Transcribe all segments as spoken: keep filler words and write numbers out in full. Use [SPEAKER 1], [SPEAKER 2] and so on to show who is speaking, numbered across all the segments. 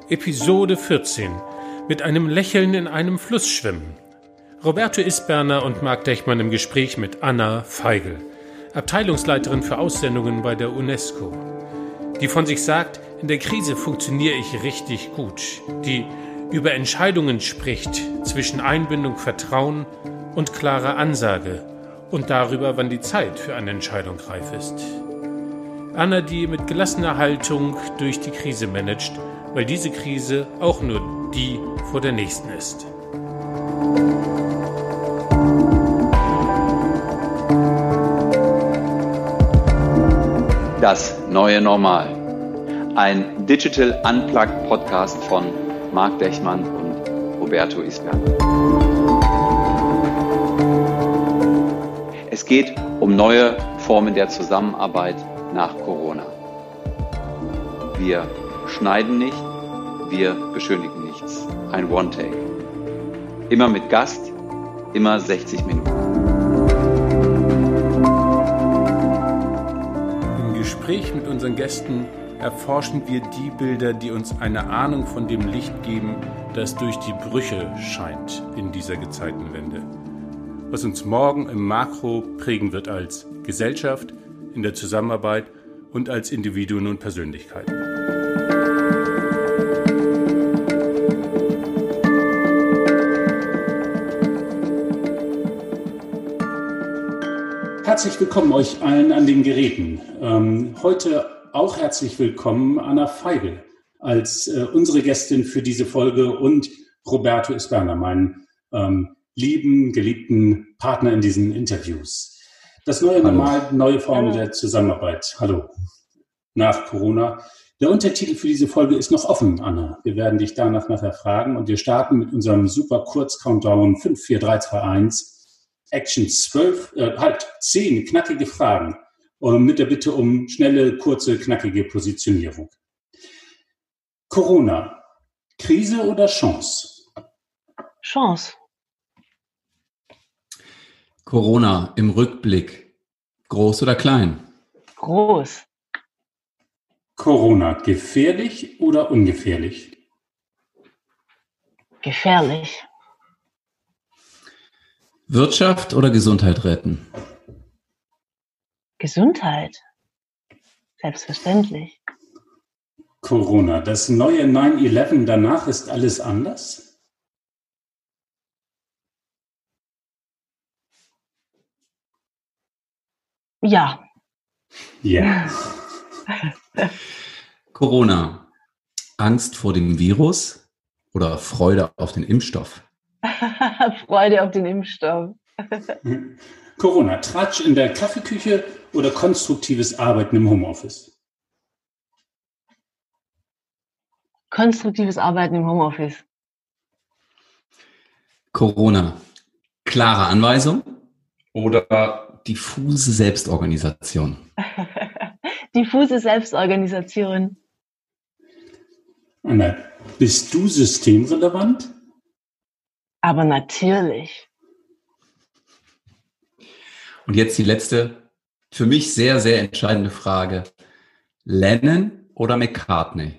[SPEAKER 1] Episode vierzehn. Mit einem Lächeln in einem Fluss schwimmen. Roberto Isberner und Marc Dechmann im Gespräch mit Anna Feigl, Abteilungsleiterin für Aussendungen bei der UNESCO. Die von sich sagt, in der Krise funktioniere ich richtig gut. Die über Entscheidungen spricht zwischen Einbindung, Vertrauen und klarer Ansage und darüber, wann die Zeit für eine Entscheidung reif ist. Anna, die mit gelassener Haltung durch die Krise managt, weil diese Krise auch nur die vor der nächsten ist.
[SPEAKER 2] Das neue Normal. Ein Digital Unplugged Podcast von Marc Dechmann und Roberto Isberner. Es geht um neue Formen der Zusammenarbeit nach Corona. Wir schneiden nicht, wir beschönigen nichts. Ein One-Take. Immer mit Gast, immer sechzig Minuten.
[SPEAKER 1] Im Gespräch mit unseren Gästen erforschen wir die Bilder, die uns eine Ahnung von dem Licht geben, das durch die Brüche scheint in dieser Gezeitenwende. Was uns morgen im Makro prägen wird als Gesellschaft, in der Zusammenarbeit und als Individuen und Persönlichkeiten. Herzlich willkommen euch allen an den Geräten. Ähm, heute auch herzlich willkommen Anna Feigl als äh, unsere Gästin für diese Folge und Roberto Isberner, meinen ähm, lieben, geliebten Partner in diesen Interviews. Das neue
[SPEAKER 2] Hallo.
[SPEAKER 1] Normal, neue Formen der Zusammenarbeit. Hallo. Nach Corona. Der Untertitel für diese Folge ist noch offen, Anna. Wir werden dich danach nachher fragen und wir starten mit unserem super Kurz-Countdown fünf, vier, drei, zwei, eins. Action zwölf, äh, halt zehn knackige Fragen und mit der Bitte um schnelle, kurze, knackige Positionierung. Corona, Krise oder Chance?
[SPEAKER 3] Chance.
[SPEAKER 4] Corona im Rückblick, groß oder klein?
[SPEAKER 3] Groß.
[SPEAKER 1] Corona, gefährlich oder ungefährlich?
[SPEAKER 3] Gefährlich.
[SPEAKER 4] Wirtschaft oder Gesundheit retten?
[SPEAKER 3] Gesundheit. Selbstverständlich.
[SPEAKER 1] Corona, das neue nine eleven, danach ist alles anders?
[SPEAKER 3] Ja.
[SPEAKER 1] Ja.
[SPEAKER 4] Corona, Angst vor dem Virus oder Freude auf den Impfstoff?
[SPEAKER 3] Freude auf den Impfstoff.
[SPEAKER 1] Corona, Tratsch in der Kaffeeküche oder konstruktives Arbeiten im Homeoffice?
[SPEAKER 3] Konstruktives Arbeiten im Homeoffice.
[SPEAKER 4] Corona, klare Anweisung oder diffuse Selbstorganisation?
[SPEAKER 3] Diffuse Selbstorganisation.
[SPEAKER 1] Anna, bist du systemrelevant?
[SPEAKER 3] Aber natürlich.
[SPEAKER 4] Und jetzt die letzte, für mich sehr, sehr entscheidende Frage. Lennon oder McCartney?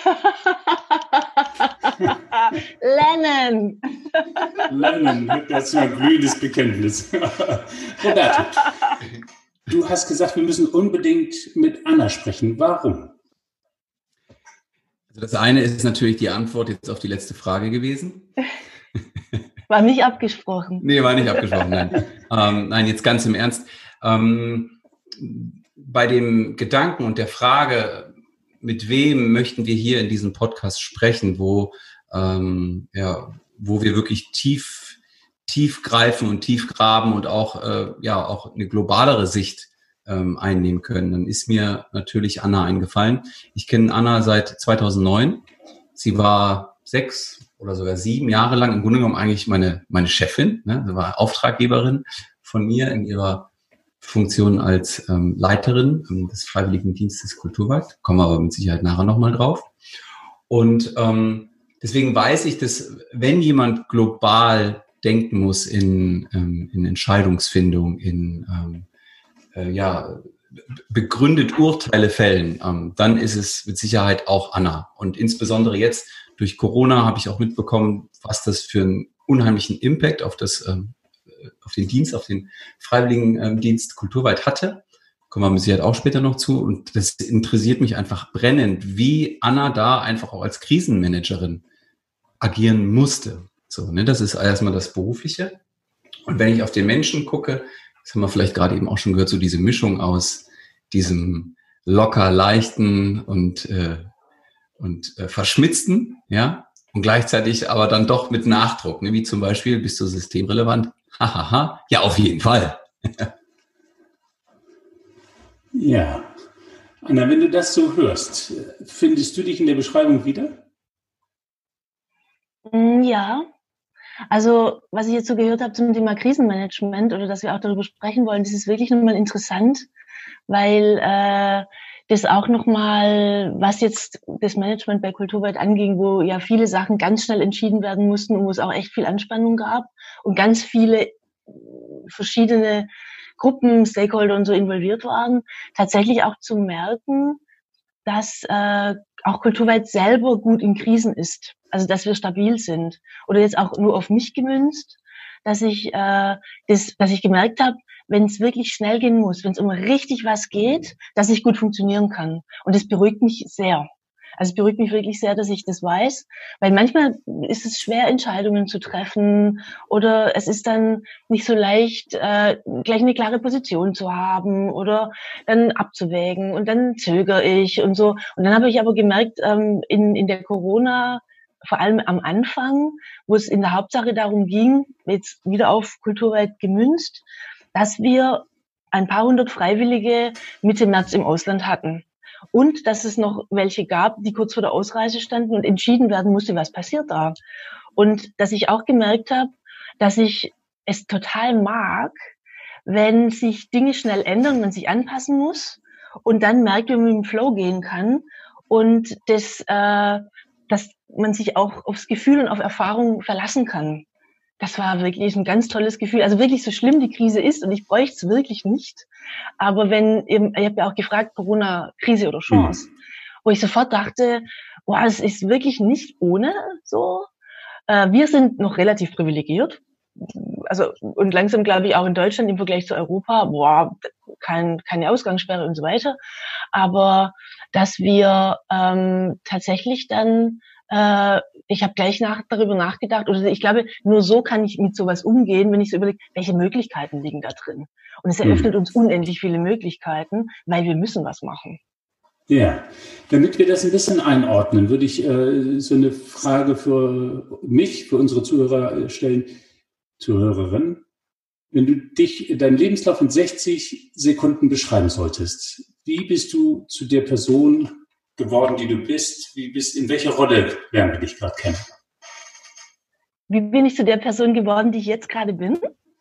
[SPEAKER 3] Lennon.
[SPEAKER 1] Lennon, das ist ein glühendes Bekenntnis. Roberto, du hast gesagt, wir müssen unbedingt mit Anna sprechen. Warum?
[SPEAKER 4] Also das eine ist natürlich die Antwort jetzt auf die letzte Frage gewesen.
[SPEAKER 3] War nicht abgesprochen.
[SPEAKER 4] Nee, war nicht abgesprochen, nein. ähm, nein, jetzt ganz im Ernst. Ähm, bei dem Gedanken und der Frage, mit wem möchten wir hier in diesem Podcast sprechen, wo, ähm, ja, wo wir wirklich tief, tief greifen und tief graben und auch, äh, ja, auch eine globalere Sicht ähm, einnehmen können, dann ist mir natürlich Anna eingefallen. Ich kenne Anna seit zweitausendneun. Sie war sechs oder sogar sieben Jahre lang im Grunde genommen eigentlich meine, meine Chefin, ne? Sie war Auftraggeberin von mir in ihrer Funktion als ähm, Leiterin ähm, des Freiwilligendienstes Kulturwald. Kommen wir aber mit Sicherheit nachher nochmal drauf. Und ähm, deswegen weiß ich, dass wenn jemand global denken muss in, ähm, in Entscheidungsfindung, in ähm, äh, ja, begründet Urteile fällen, ähm, dann ist es mit Sicherheit auch Anna. Und insbesondere jetzt durch Corona habe ich auch mitbekommen, was das für einen unheimlichen Impact auf das, ähm, auf den Dienst, auf den Freiwilligendienst kulturweit hatte. Kommen wir mit Sicherheit auch später noch zu. Und das interessiert mich einfach brennend, wie Anna da einfach auch als Krisenmanagerin agieren musste. So, ne, das ist erstmal das Berufliche. Und wenn ich auf den Menschen gucke, das haben wir vielleicht gerade eben auch schon gehört, so diese Mischung aus diesem locker, leichten und, äh, und äh, verschmitzten, ja, und gleichzeitig aber dann doch mit Nachdruck, ne, wie zum Beispiel, bist du systemrelevant? Hahaha, ja, auf jeden Fall.
[SPEAKER 1] Ja. Anna, wenn du das so hörst, findest du dich in der Beschreibung wieder?
[SPEAKER 3] Ja, also was ich jetzt so gehört habe zum Thema Krisenmanagement oder dass wir auch darüber sprechen wollen, das ist wirklich nochmal interessant, weil äh, das auch nochmal, was jetzt das Management bei Kulturweit anging, wo ja viele Sachen ganz schnell entschieden werden mussten und wo es auch echt viel Anspannung gab und ganz viele verschiedene Gruppen, Stakeholder und so involviert waren, tatsächlich auch zu merken, dass äh, auch Kulturweit selber gut in Krisen ist. Also dass wir stabil sind. Oder jetzt auch nur auf mich gemünzt, dass ich äh, das, dass ich gemerkt habe, wenn es wirklich schnell gehen muss, wenn es um richtig was geht, dass ich gut funktionieren kann. Und das beruhigt mich sehr. Also es beruhigt mich wirklich sehr, dass ich das weiß, weil manchmal ist es schwer, Entscheidungen zu treffen oder es ist dann nicht so leicht, äh, gleich eine klare Position zu haben oder dann abzuwägen und dann zögere ich und so. Und dann habe ich aber gemerkt, ähm, in, in der Corona, vor allem am Anfang, wo es in der Hauptsache darum ging, jetzt wieder auf Kulturweit gemünzt, dass wir ein paar hundert Freiwillige Mitte März im Ausland hatten. Und dass es noch welche gab, die kurz vor der Ausreise standen und entschieden werden musste, was passiert da. Und dass ich auch gemerkt habe, dass ich es total mag, wenn sich Dinge schnell ändern, man sich anpassen muss und dann merkt, wie man mit dem Flow gehen kann und das, äh, dass man sich auch aufs Gefühl und auf Erfahrung verlassen kann. Das war wirklich ein ganz tolles Gefühl. Also wirklich so schlimm die Krise ist und ich bräuchte es wirklich nicht. Aber wenn, eben, ich habe ja auch gefragt, Corona, Krise oder Chance, mhm. wo ich sofort dachte, boah, es ist wirklich nicht ohne so. Äh, wir sind noch relativ privilegiert. Also, und langsam glaube ich auch in Deutschland im Vergleich zu Europa, boah, kein, keine Ausgangssperre und so weiter. Aber dass wir ähm, tatsächlich dann äh, ich habe gleich nach, darüber nachgedacht, oder ich glaube, nur so kann ich mit sowas umgehen, wenn ich so überlege, welche Möglichkeiten liegen da drin. Und es eröffnet uns unendlich viele Möglichkeiten, weil wir müssen was machen.
[SPEAKER 1] Ja, damit wir das ein bisschen einordnen, würde ich äh, so eine Frage für mich, für unsere Zuhörer stellen, Zuhörerinnen. Wenn du dich, deinen Lebenslauf in sechzig Sekunden beschreiben solltest, wie bist du zu der Person geworden, die du bist? Wie bist, in welcher Rolle lernen wir dich gerade kennen?
[SPEAKER 3] Wie bin ich zu der Person geworden, die ich jetzt gerade bin?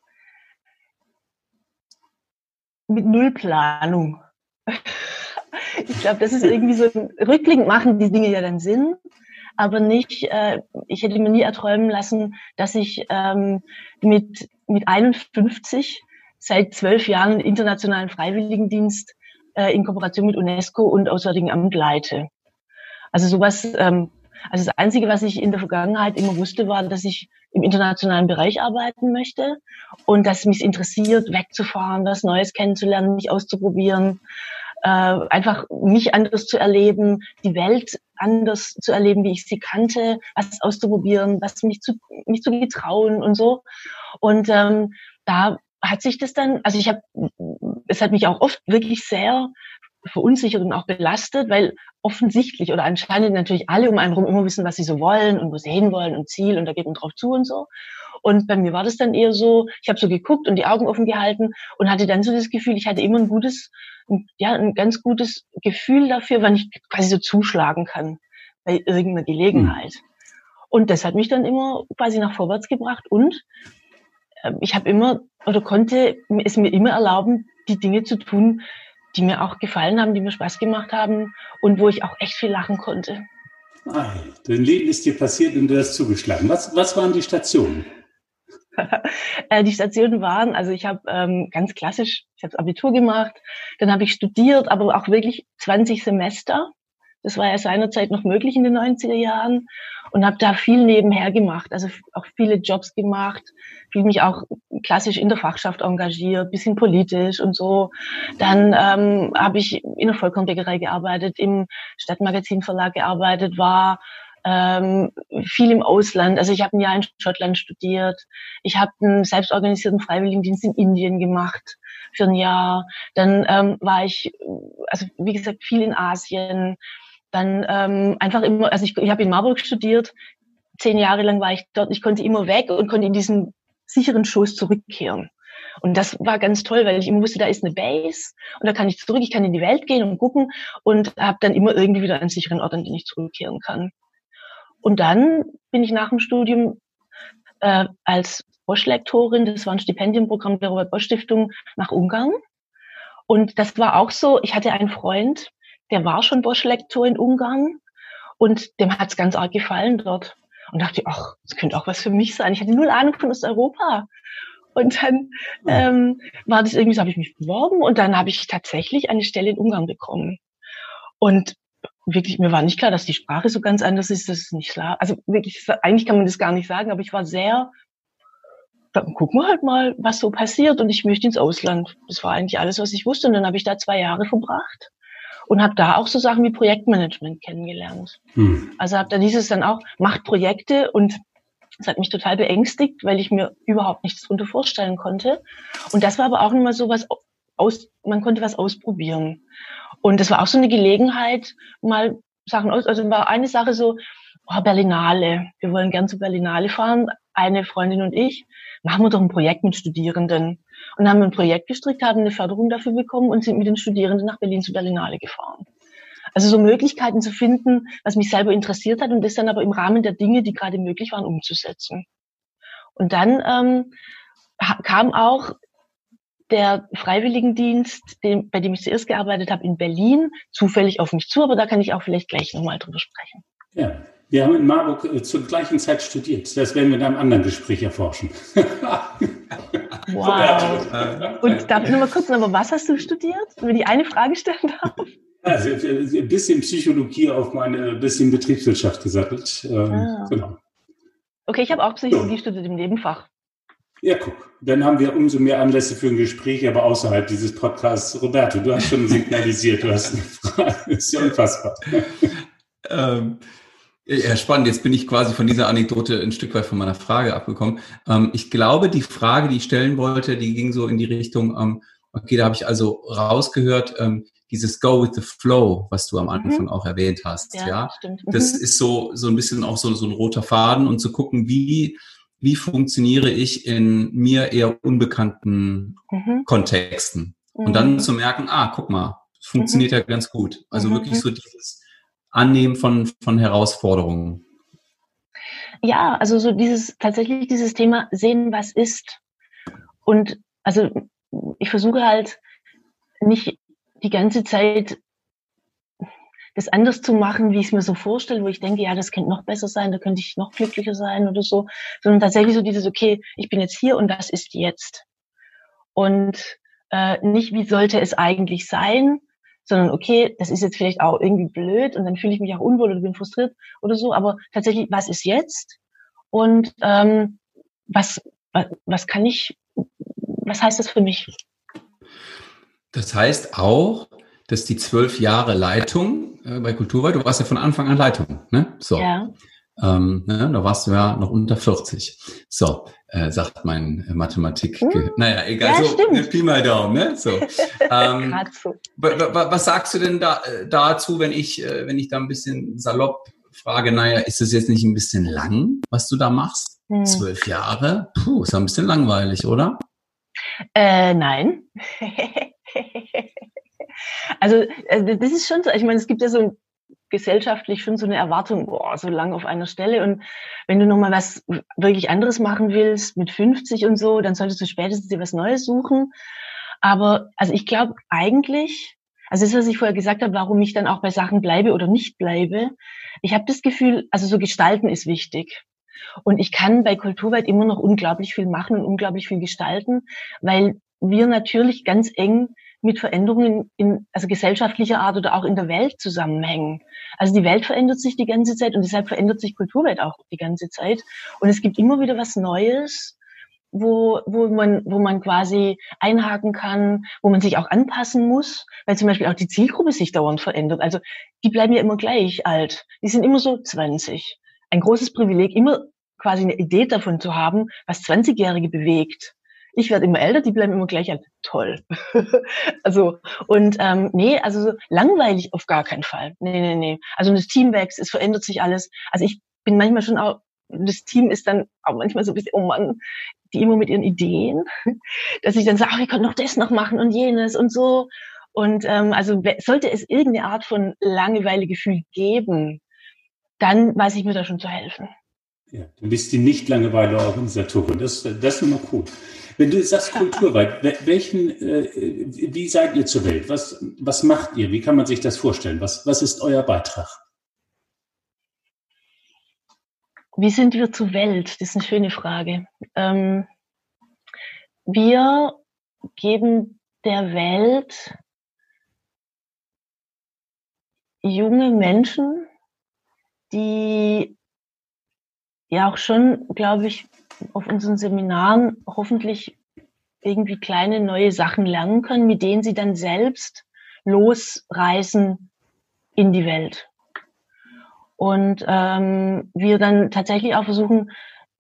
[SPEAKER 3] Mit null Planung. Ich glaube, das ist irgendwie so, rückblickend machen die Dinge ja dann Sinn, aber nicht, äh, ich hätte mir nie erträumen lassen, dass ich ähm, mit, mit einundfünfzig seit zwölf Jahren internationalen Freiwilligendienst in Kooperation mit UNESCO und Auswärtigen Amt leite. Also sowas, ähm, also das Einzige, was ich in der Vergangenheit immer wusste, war, dass ich im internationalen Bereich arbeiten möchte und dass mich interessiert, wegzufahren, was Neues kennenzulernen, mich auszuprobieren, äh, einfach mich anders zu erleben, die Welt anders zu erleben, wie ich sie kannte, was auszuprobieren, was mich zu, mich zu getrauen und so. Und ähm, da hat sich das dann, also ich habe, es hat mich auch oft wirklich sehr verunsichert und auch belastet, weil offensichtlich oder anscheinend natürlich alle um einen herum immer wissen, was sie so wollen und wo sie hinwollen und Ziel und da geht man drauf zu und so. Und bei mir war das dann eher so, ich habe so geguckt und die Augen offen gehalten und hatte dann so das Gefühl, ich hatte immer ein gutes, ja, ein ganz gutes Gefühl dafür, wann ich quasi so zuschlagen kann bei irgendeiner Gelegenheit. Mhm. Und das hat mich dann immer quasi nach vorwärts gebracht und ich habe immer oder konnte es mir immer erlauben, die Dinge zu tun, die mir auch gefallen haben, die mir Spaß gemacht haben und wo ich auch echt viel lachen konnte.
[SPEAKER 1] Dein Leben ist dir passiert und du hast zugeschlagen. Was, was waren die Stationen?
[SPEAKER 3] äh, die Stationen waren, also ich habe ähm, ganz klassisch, ich habe das Abitur gemacht, dann habe ich studiert, aber auch wirklich zwanzig Semester. Das war ja seinerzeit noch möglich in den neunziger Jahren und habe da viel nebenher gemacht, also auch viele Jobs gemacht, viel mich auch klassisch in der Fachschaft engagiert, bisschen politisch und so. Dann ähm, habe ich in der Vollkornbäckerei gearbeitet, im Stadtmagazinverlag gearbeitet, war ähm, viel im Ausland. Also ich habe ein Jahr in Schottland studiert, ich habe einen selbstorganisierten Freiwilligendienst in Indien gemacht für ein Jahr. Dann ähm, war ich, also wie gesagt, viel in Asien. Dann ähm, einfach immer, also ich, ich habe in Marburg studiert, zehn Jahre lang war ich dort, ich konnte immer weg und konnte in diesen sicheren Schoß zurückkehren. Und das war ganz toll, weil ich immer wusste, da ist eine Base und da kann ich zurück, ich kann in die Welt gehen und gucken und habe dann immer irgendwie wieder einen sicheren Ort, an den ich zurückkehren kann. Und dann bin ich nach dem Studium äh, als Bosch-Lektorin, das war ein Stipendienprogramm der Robert-Bosch-Stiftung, nach Ungarn. Und das war auch so, ich hatte einen Freund, der war schon Bosch-Lektor in Ungarn und dem hat's ganz arg gefallen dort. Und dachte, ach, das könnte auch was für mich sein. Ich hatte null Ahnung von Osteuropa. Und dann ähm, war das irgendwie so, habe ich mich beworben und dann habe ich tatsächlich eine Stelle in Ungarn bekommen. Und wirklich, mir war nicht klar, dass die Sprache so ganz anders ist, das ist nicht klar. Also wirklich, eigentlich kann man das gar nicht sagen, aber ich war sehr, dann gucken wir halt mal, was so passiert und ich möchte ins Ausland. Das war eigentlich alles, was ich wusste und dann habe ich da zwei Jahre verbracht. Und habe da auch so Sachen wie Projektmanagement kennengelernt. Hm. Also habe da dieses dann auch, macht Projekte und das hat mich total beängstigt, weil ich mir überhaupt nichts darunter vorstellen konnte. Und das war aber auch immer so was, aus, man konnte was ausprobieren. Und das war auch so eine Gelegenheit, mal Sachen aus, also war eine Sache so, oh, Berlinale, wir wollen gern zur Berlinale fahren, eine Freundin und ich, machen wir doch ein Projekt mit Studierenden. Und dann haben wir ein Projekt gestrickt, haben eine Förderung dafür bekommen und sind mit den Studierenden nach Berlin zur Berlinale gefahren. Also so Möglichkeiten zu finden, was mich selber interessiert hat und das dann aber im Rahmen der Dinge, die gerade möglich waren, umzusetzen. Und dann ähm, kam auch der Freiwilligendienst, den, bei dem ich zuerst gearbeitet habe, in Berlin, zufällig auf mich zu, aber da kann ich auch vielleicht gleich nochmal drüber sprechen.
[SPEAKER 1] Ja, wir haben in Marburg äh, zur gleichen Zeit studiert. Das werden wir in einem anderen Gespräch erforschen.
[SPEAKER 3] Wow. Und darf ich noch mal kurz, aber was hast du studiert? Wenn ich eine Frage stellen darf?
[SPEAKER 1] Also ein bisschen Psychologie auf meine, ein bisschen Betriebswirtschaft gesattelt. Ähm, ah. Genau.
[SPEAKER 3] Okay, ich habe auch Psychologie so. studiert im Nebenfach.
[SPEAKER 1] Ja, guck. Dann haben wir umso mehr Anlässe für ein Gespräch, aber außerhalb dieses Podcasts. Roberto, du hast schon signalisiert, du hast eine Frage. Das ist ja unfassbar.
[SPEAKER 4] ähm. Ja, spannend. Jetzt bin ich quasi von dieser Anekdote ein Stück weit von meiner Frage abgekommen. Ähm, ich glaube, die Frage, die ich stellen wollte, die ging so in die Richtung, ähm, okay, da habe ich also rausgehört, ähm, dieses Go with the Flow, was du am Anfang mhm. auch erwähnt hast. Ja, ja? Stimmt. Das mhm. ist so so ein bisschen auch so, so ein roter Faden und zu gucken, wie wie funktioniere ich in mir eher unbekannten mhm. Kontexten. Mhm. Und dann zu merken, ah, guck mal, das funktioniert mhm. ja ganz gut. Also mhm. wirklich so dieses Annehmen von, von Herausforderungen.
[SPEAKER 3] Ja, also so dieses, tatsächlich dieses Thema sehen, was ist. Und also ich versuche halt nicht die ganze Zeit das anders zu machen, wie ich es mir so vorstelle, wo ich denke, ja, das könnte noch besser sein, da könnte ich noch glücklicher sein oder so, sondern tatsächlich so dieses, okay, ich bin jetzt hier und das ist jetzt. Und äh, nicht, wie sollte es eigentlich sein, sondern okay, das ist jetzt vielleicht auch irgendwie blöd und dann fühle ich mich auch unwohl oder bin frustriert oder so, aber tatsächlich, was ist jetzt und ähm, was, was, was kann ich, was heißt das für mich?
[SPEAKER 4] Das heißt auch, dass die zwölf Jahre Leitung äh, bei Kulturweit, du warst ja von Anfang an Leitung, ne? So. Ja. Ähm, ne, da warst du ja noch unter vierzig. So, äh, sagt mein Mathematik. Hm. Naja, egal, ja, so ne, Pi mal Daumen, ne? So. Ähm, so. Was sagst du denn da, dazu, wenn ich, wenn ich da ein bisschen salopp frage, naja, ist das jetzt nicht ein bisschen lang, was du da machst? Hm. Zwölf Jahre? Puh, ist ja ein bisschen langweilig, oder?
[SPEAKER 3] Äh, nein. Also, das ist schon so, ich meine, es gibt ja so gesellschaftlich schon so eine Erwartung, boah, so lang auf einer Stelle und wenn du nochmal was wirklich anderes machen willst, mit fünfzig und so, dann solltest du spätestens dir was Neues suchen. Aber, also ich glaube eigentlich, also das, was ich vorher gesagt habe, warum ich dann auch bei Sachen bleibe oder nicht bleibe, ich habe das Gefühl, also so gestalten ist wichtig. Und ich kann bei Kulturweit immer noch unglaublich viel machen und unglaublich viel gestalten, weil wir natürlich ganz eng mit Veränderungen in, also gesellschaftlicher Art oder auch in der Welt zusammenhängen. Also die Welt verändert sich die ganze Zeit und deshalb verändert sich Kulturwelt auch die ganze Zeit. Und es gibt immer wieder was Neues, wo, wo man, wo man quasi einhaken kann, wo man sich auch anpassen muss, weil zum Beispiel auch die Zielgruppe sich dauernd verändert. Also die bleiben ja immer gleich alt. Die sind immer so zwanzig. Ein großes Privileg, immer quasi eine Idee davon zu haben, was zwanzigjährige bewegt. Ich werde immer älter, die bleiben immer gleich alt. Toll. Also, und ähm, nee, also so langweilig auf gar keinen Fall. Nee, nee, nee. Also das Team wächst, es verändert sich alles. Also ich bin manchmal schon auch, das Team ist dann auch manchmal so ein bisschen, oh Mann, die immer mit ihren Ideen, dass ich dann sage, ach, wir können noch das noch machen und jenes und so. Und ähm, also sollte es irgendeine Art von Langeweilegefühl geben, dann weiß ich mir da schon zu helfen.
[SPEAKER 1] Ja, du bist die Nicht-Langeweile-Organisatorin. Das, das ist immer cool. Wenn du sagst Kulturweit, welchen, äh, wie seid ihr zur Welt? Was, was macht ihr? Wie kann man sich das vorstellen? Was, was ist euer Beitrag?
[SPEAKER 3] Wie sind wir zur Welt? Das ist eine schöne Frage. Ähm, wir geben der Welt junge Menschen, die ja auch schon, glaube ich, auf unseren Seminaren hoffentlich irgendwie kleine neue Sachen lernen können, mit denen sie dann selbst losreisen in die Welt. Und ähm, wir dann tatsächlich auch versuchen,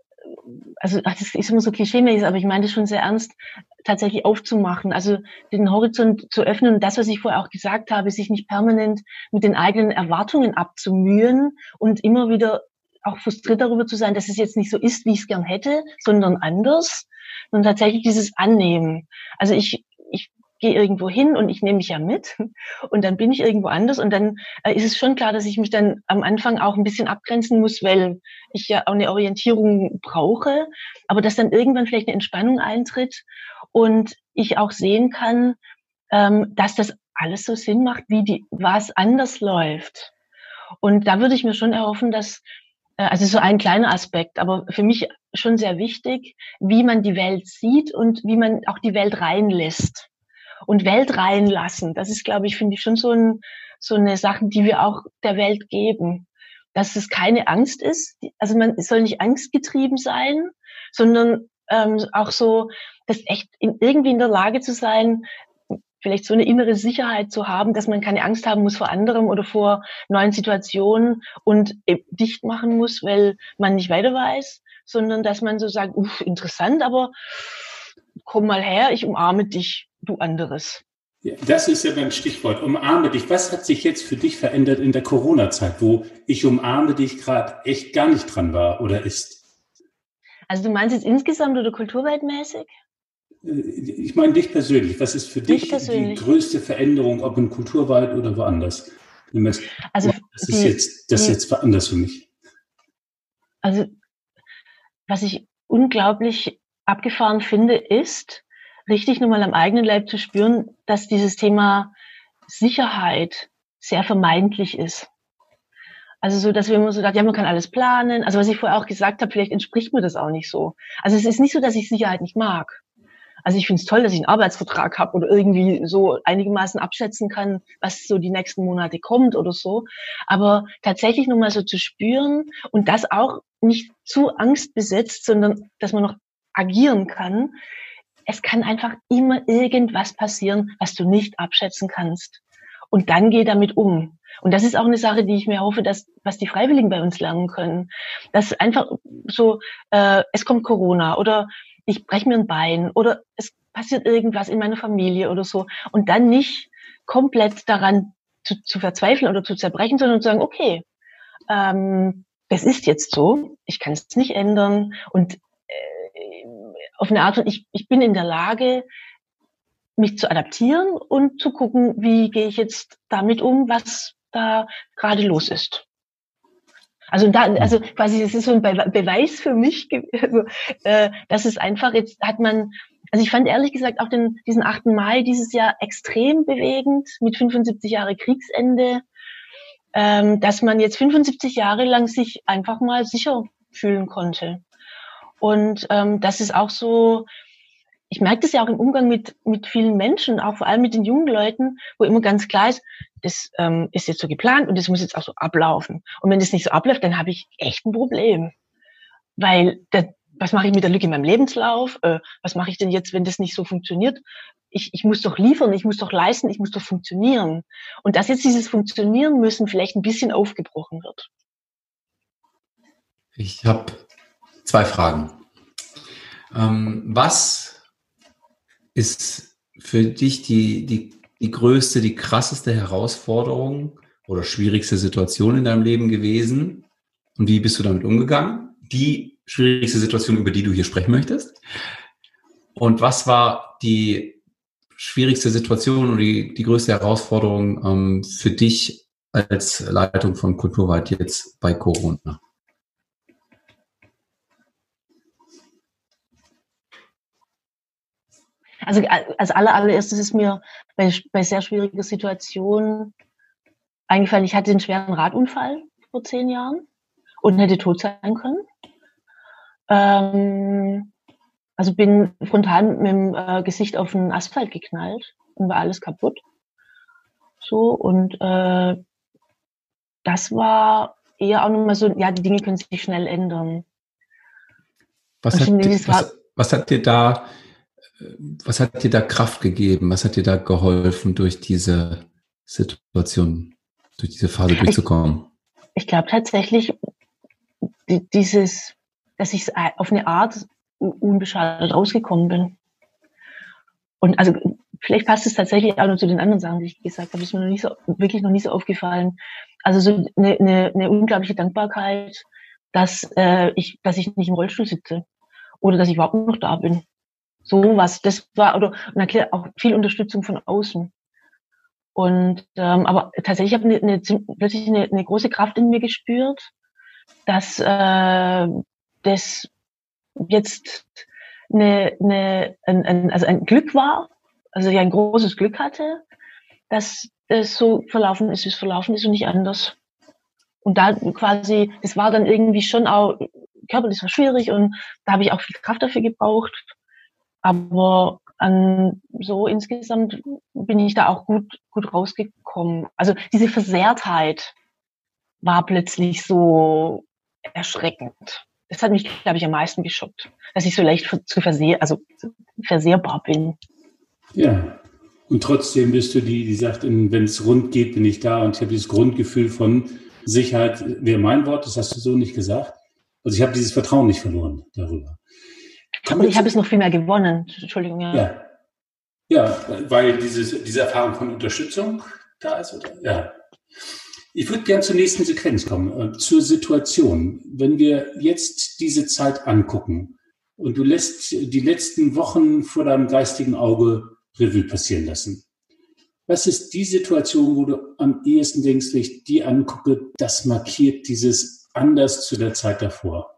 [SPEAKER 3] also ach, das ist immer so klischeemäßig, aber ich meine das schon sehr ernst, tatsächlich aufzumachen, also den Horizont zu öffnen und das, was ich vorher auch gesagt habe, sich nicht permanent mit den eigenen Erwartungen abzumühen und immer wieder auch frustriert darüber zu sein, dass es jetzt nicht so ist, wie ich es gern hätte, sondern anders, sondern tatsächlich dieses Annehmen. Also ich ich gehe irgendwo hin und ich nehme mich ja mit und dann bin ich irgendwo anders und dann äh, ist es schon klar, dass ich mich dann am Anfang auch ein bisschen abgrenzen muss, weil ich ja auch eine Orientierung brauche, aber dass dann irgendwann vielleicht eine Entspannung eintritt und ich auch sehen kann, ähm, dass das alles so Sinn macht, wie die was anders läuft. Und da würde ich mir schon erhoffen, dass also so ein kleiner Aspekt, aber für mich schon sehr wichtig, wie man die Welt sieht und wie man auch die Welt reinlässt. Und Welt reinlassen, das ist, glaube ich, finde ich schon so, ein, so eine Sache, die wir auch der Welt geben. Dass es keine Angst ist, also man soll nicht angstgetrieben sein, sondern ähm, auch so, das echt in, irgendwie in der Lage zu sein, vielleicht so eine innere Sicherheit zu haben, dass man keine Angst haben muss vor anderem oder vor neuen Situationen und dicht machen muss, weil man nicht weiter weiß, sondern dass man so sagt, uff, interessant, aber komm mal her, ich umarme dich, du anderes.
[SPEAKER 1] Ja, das ist ja mein Stichwort, umarme dich. Was hat sich jetzt für dich verändert in der Corona-Zeit, wo ich umarme dich gerade echt gar nicht dran war oder ist?
[SPEAKER 3] Also du meinst jetzt insgesamt oder kulturweltmäßig?
[SPEAKER 1] Ich meine dich persönlich. Was ist für dich die größte Veränderung, ob in Kulturweit oder woanders?
[SPEAKER 3] Also
[SPEAKER 1] das ist jetzt, das ist jetzt anders für mich.
[SPEAKER 3] Also was ich unglaublich abgefahren finde, ist, richtig nochmal am eigenen Leib zu spüren, dass dieses Thema Sicherheit sehr vermeintlich ist. Also so, dass wir immer so sagen, ja, man kann alles planen. Also was ich vorher auch gesagt habe, vielleicht entspricht mir das auch nicht so. Also es ist nicht so, dass ich Sicherheit nicht mag. Also ich finde es toll, dass ich einen Arbeitsvertrag habe oder irgendwie so einigermaßen abschätzen kann, was so die nächsten Monate kommt oder so. Aber tatsächlich nochmal so zu spüren und das auch nicht zu angstbesetzt, sondern dass man noch agieren kann. Es kann einfach immer irgendwas passieren, was du nicht abschätzen kannst. Und dann geh damit um. Und das ist auch eine Sache, die ich mir hoffe, dass was die Freiwilligen bei uns lernen können. Dass einfach so, äh, es kommt Corona oder ich breche mir ein Bein oder es passiert irgendwas in meiner Familie oder so. Und dann nicht komplett daran zu, zu verzweifeln oder zu zerbrechen, sondern zu sagen, okay, ähm, das ist jetzt so, ich kann es nicht ändern. Und äh, auf eine Art und ich, ich bin in der Lage, mich zu adaptieren und zu gucken, wie gehe ich jetzt damit um, was da gerade los ist. Also da, also quasi, das ist so ein Be- Beweis für mich, also, äh, dass es einfach jetzt hat man, also ich fand ehrlich gesagt auch den, diesen achten Mai dieses Jahr extrem bewegend mit fünfundsiebzig Jahre Kriegsende, ähm, dass man jetzt fünfundsiebzig Jahre lang sich einfach mal sicher fühlen konnte. Und ähm, das ist auch so, ich merke das ja auch im Umgang mit mit vielen Menschen, auch vor allem mit den jungen Leuten, wo immer ganz klar ist, das ähm, ist jetzt so geplant und das muss jetzt auch so ablaufen. Und wenn das nicht so abläuft, dann habe ich echt ein Problem. Weil, das, was mache ich mit der Lücke in meinem Lebenslauf? Äh, was mache ich denn jetzt, wenn das nicht so funktioniert? Ich, ich muss doch liefern, ich muss doch leisten, ich muss doch funktionieren. Und dass jetzt dieses Funktionieren müssen vielleicht ein bisschen aufgebrochen wird.
[SPEAKER 4] Ich habe zwei Fragen. Ähm, was ist für dich die, die, die größte, die krasseste Herausforderung oder schwierigste Situation in deinem Leben gewesen? Und wie bist du damit umgegangen? Die schwierigste Situation, über die du hier sprechen möchtest? Und was war die schwierigste Situation und die, die größte Herausforderung ähm, für dich als Leitung von Kulturweit jetzt bei Corona?
[SPEAKER 3] Also als aller, allererstes ist mir bei, bei sehr schwierigen Situationen eingefallen, ich hatte einen schweren Radunfall vor zehn Jahren und hätte tot sein können. Ähm, also bin frontal mit dem äh, Gesicht auf den Asphalt geknallt und war alles kaputt. So, und äh, das war eher auch nochmal so, ja, die Dinge können sich schnell ändern.
[SPEAKER 4] Was hat, was, was hat dir da, was hat dir da Kraft gegeben? Was hat dir da geholfen, durch diese Situation, durch diese Phase durchzukommen?
[SPEAKER 3] Ich, ich glaube tatsächlich, die, dieses, dass ich auf eine Art unbeschadet rausgekommen bin. Und also vielleicht passt es tatsächlich auch noch zu den anderen Sachen, die ich gesagt habe. Das ist mir noch nicht so, wirklich noch nie so aufgefallen. Also so eine, eine, eine unglaubliche Dankbarkeit, dass äh, ich, dass ich nicht im Rollstuhl sitze oder dass ich überhaupt noch da bin. So was, das war oder und erklärt auch viel Unterstützung von außen. Und ähm, aber tatsächlich habe ich eine, eine, plötzlich eine, eine große Kraft in mir gespürt, dass äh, das jetzt eine, eine, ein, ein, also ein Glück war, also ich ein großes Glück hatte, dass es so verlaufen ist, wie es verlaufen ist und nicht anders. Und da quasi, das war dann irgendwie schon auch, körperlich war schwierig und da habe ich auch viel Kraft dafür gebraucht. Aber an, so insgesamt bin ich da auch gut, gut rausgekommen. Also diese Versehrtheit war plötzlich so erschreckend. Das hat mich, glaube ich, am meisten geschockt, dass ich so leicht zu versehr, also versehrbar bin.
[SPEAKER 1] Ja, und trotzdem bist du die, die sagt, wenn es rund geht, bin ich da und ich habe dieses Grundgefühl von Sicherheit, wäre mein Wort, das hast du so nicht gesagt. Also ich habe dieses Vertrauen nicht verloren darüber.
[SPEAKER 3] Und ich habe es noch viel mehr gewonnen. Entschuldigung, ja.
[SPEAKER 1] Ja, ja, weil dieses, diese Erfahrung von Unterstützung da ist. Oder? Ja. Ich würde gerne zur nächsten Sequenz kommen, äh, zur Situation. Wenn wir jetzt diese Zeit angucken und du lässt die letzten Wochen vor deinem geistigen Auge Revue passieren lassen. Was ist die Situation, wo du am ehesten denkst, wenn ich die angucke, das markiert dieses anders zu der Zeit davor?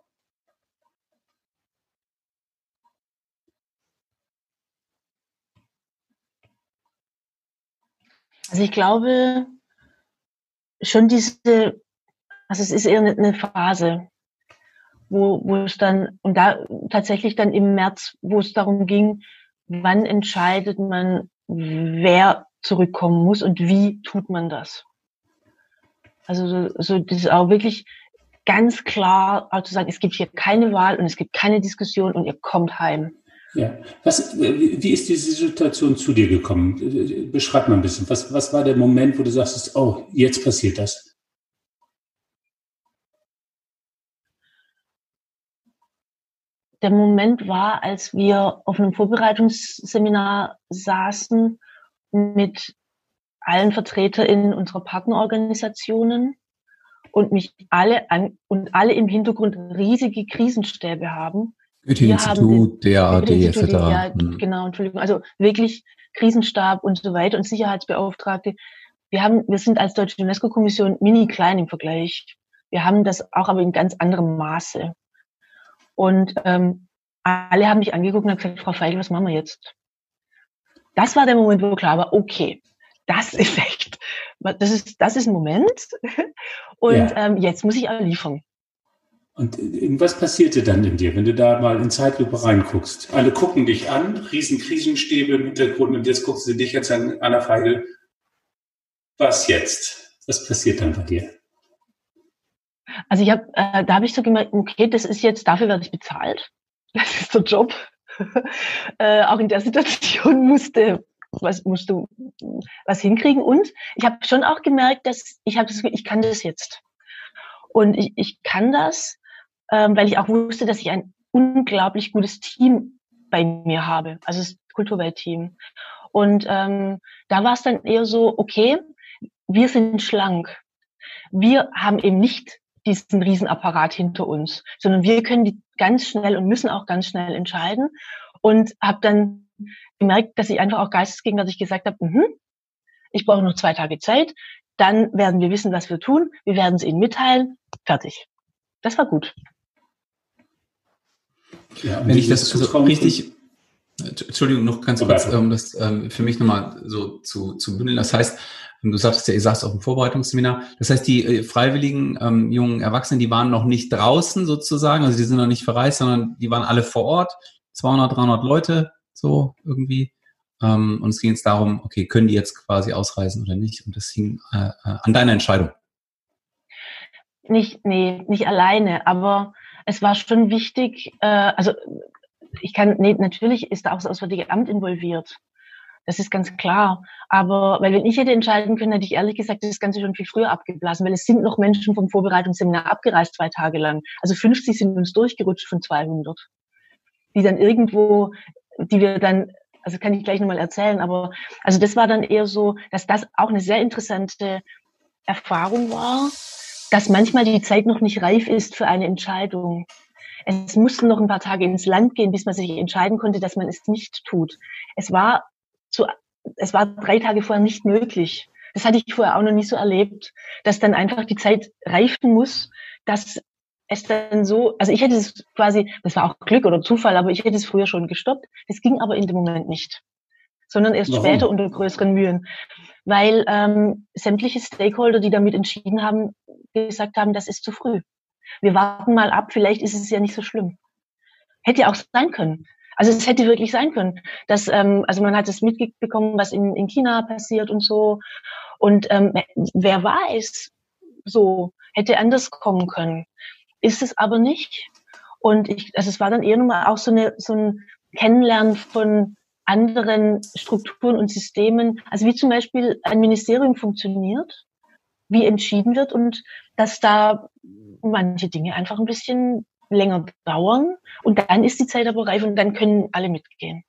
[SPEAKER 3] Also ich glaube schon diese, also es ist eher eine, eine Phase, wo, wo es dann, und da tatsächlich dann im März, wo es darum ging, wann entscheidet man, wer zurückkommen muss und wie tut man das? Also so, so das ist auch wirklich ganz klar auch zu sagen, es gibt hier keine Wahl und es gibt keine Diskussion und ihr kommt heim.
[SPEAKER 1] Ja. Was, wie ist diese Situation zu dir gekommen? Beschreib mal ein bisschen. Was, was war der Moment, wo du sagst, oh, jetzt passiert das?
[SPEAKER 3] Der Moment war, als wir auf einem Vorbereitungsseminar saßen mit allen VertreterInnen unserer Partnerorganisationen und mich alle an, und alle im Hintergrund riesige Krisenstäbe haben.
[SPEAKER 4] Goethe-Institut, D A A D et cetera.
[SPEAKER 3] Ja, genau, Entschuldigung. Also wirklich Krisenstab und so weiter und Sicherheitsbeauftragte. Wir haben, wir sind als Deutsche UNESCO-Kommission mini klein im Vergleich. Wir haben das auch aber in ganz anderem Maße. Und ähm, alle haben mich angeguckt und haben gesagt, Frau Feigl, was machen wir jetzt? Das war der Moment, wo klar war, okay, das ist echt, das ist, das ist ein Moment. Und ja. ähm, jetzt muss ich auch liefern.
[SPEAKER 1] Und was passierte dann in dir, wenn du da mal in Zeitlupe reinguckst? Alle gucken dich an, riesen Krisenstäbe im Hintergrund und jetzt guckst du dich jetzt an, Anna Feigl. Was jetzt? Was passiert dann bei dir?
[SPEAKER 3] Also ich habe, äh, da habe ich so gemerkt, okay, das ist jetzt, dafür werde ich bezahlt. Das ist der Job. äh, auch in der Situation musste, was musst du was hinkriegen. Und ich habe schon auch gemerkt, dass ich habe das, ich kann das jetzt. Und ich, ich kann das, ähm, weil ich auch wusste, dass ich ein unglaublich gutes Team bei mir habe, also das Kulturwelt-Team. Und ähm, da war es dann eher so, okay, wir sind schlank. Wir haben eben nicht diesen Riesenapparat hinter uns, sondern wir können die ganz schnell und müssen auch ganz schnell entscheiden. Und habe dann gemerkt, dass ich einfach auch geistesgegenwärtig gesagt habe, mhm, ich brauche noch zwei Tage Zeit, dann werden wir wissen, was wir tun, wir werden es Ihnen mitteilen, fertig. Das war gut.
[SPEAKER 4] Ja, wenn ich das so richtig, Entschuldigung, noch ganz kurz, um das ähm, für mich nochmal so zu, zu bündeln. Das heißt, du sagtest ja, ihr saßt auf dem Vorbereitungsseminar. Das heißt, die äh, freiwilligen ähm, jungen Erwachsenen, die waren noch nicht draußen sozusagen, also die sind noch nicht verreist, sondern die waren alle vor Ort, zweihundert, dreihundert Leute, so irgendwie. Ähm, und es ging jetzt darum, okay, können die jetzt quasi ausreisen oder nicht? Und das hing äh, an deiner Entscheidung.
[SPEAKER 3] Nicht, nee, nicht alleine, aber es war schon wichtig, äh, also ich kann, nee, natürlich ist da auch das Auswärtige Amt involviert. Das ist ganz klar. Aber, weil wenn ich hätte entscheiden können, hätte ich ehrlich gesagt das Ganze schon viel früher abgeblasen, weil es sind noch Menschen vom Vorbereitungsseminar abgereist, zwei Tage lang. Also fünfzig sind uns durchgerutscht von zweihundert. Die dann irgendwo, die wir dann, also kann ich gleich nochmal erzählen, aber, also das war dann eher so, dass das auch eine sehr interessante Erfahrung war, dass manchmal die Zeit noch nicht reif ist für eine Entscheidung. Es mussten noch ein paar Tage ins Land gehen, bis man sich entscheiden konnte, dass man es nicht tut. Es war zu, es war drei Tage vorher nicht möglich. Das hatte ich vorher auch noch nicht so erlebt, dass dann einfach die Zeit reifen muss, dass es dann so, also ich hätte es quasi, das war auch Glück oder Zufall, aber ich hätte es früher schon gestoppt. Das ging aber in dem Moment nicht, sondern erst Warum? später unter größeren Mühen, weil ähm, sämtliche Stakeholder, die damit entschieden haben, gesagt haben, das ist zu früh. Wir warten mal ab, vielleicht ist es ja nicht so schlimm. Hätte ja auch sein können. Also es hätte wirklich sein können, dass ähm, also man hat es mitbekommen, was in, in China passiert und so. Und ähm, wer weiß, so hätte anders kommen können. Ist es aber nicht. Und ich, also es war dann eher nochmal auch so eine so ein Kennenlernen von anderen Strukturen und Systemen. Also wie zum Beispiel ein Ministerium funktioniert, wie entschieden wird und dass da manche Dinge einfach ein bisschen länger dauern und dann ist die Zeit aber reif und dann können alle mitgehen.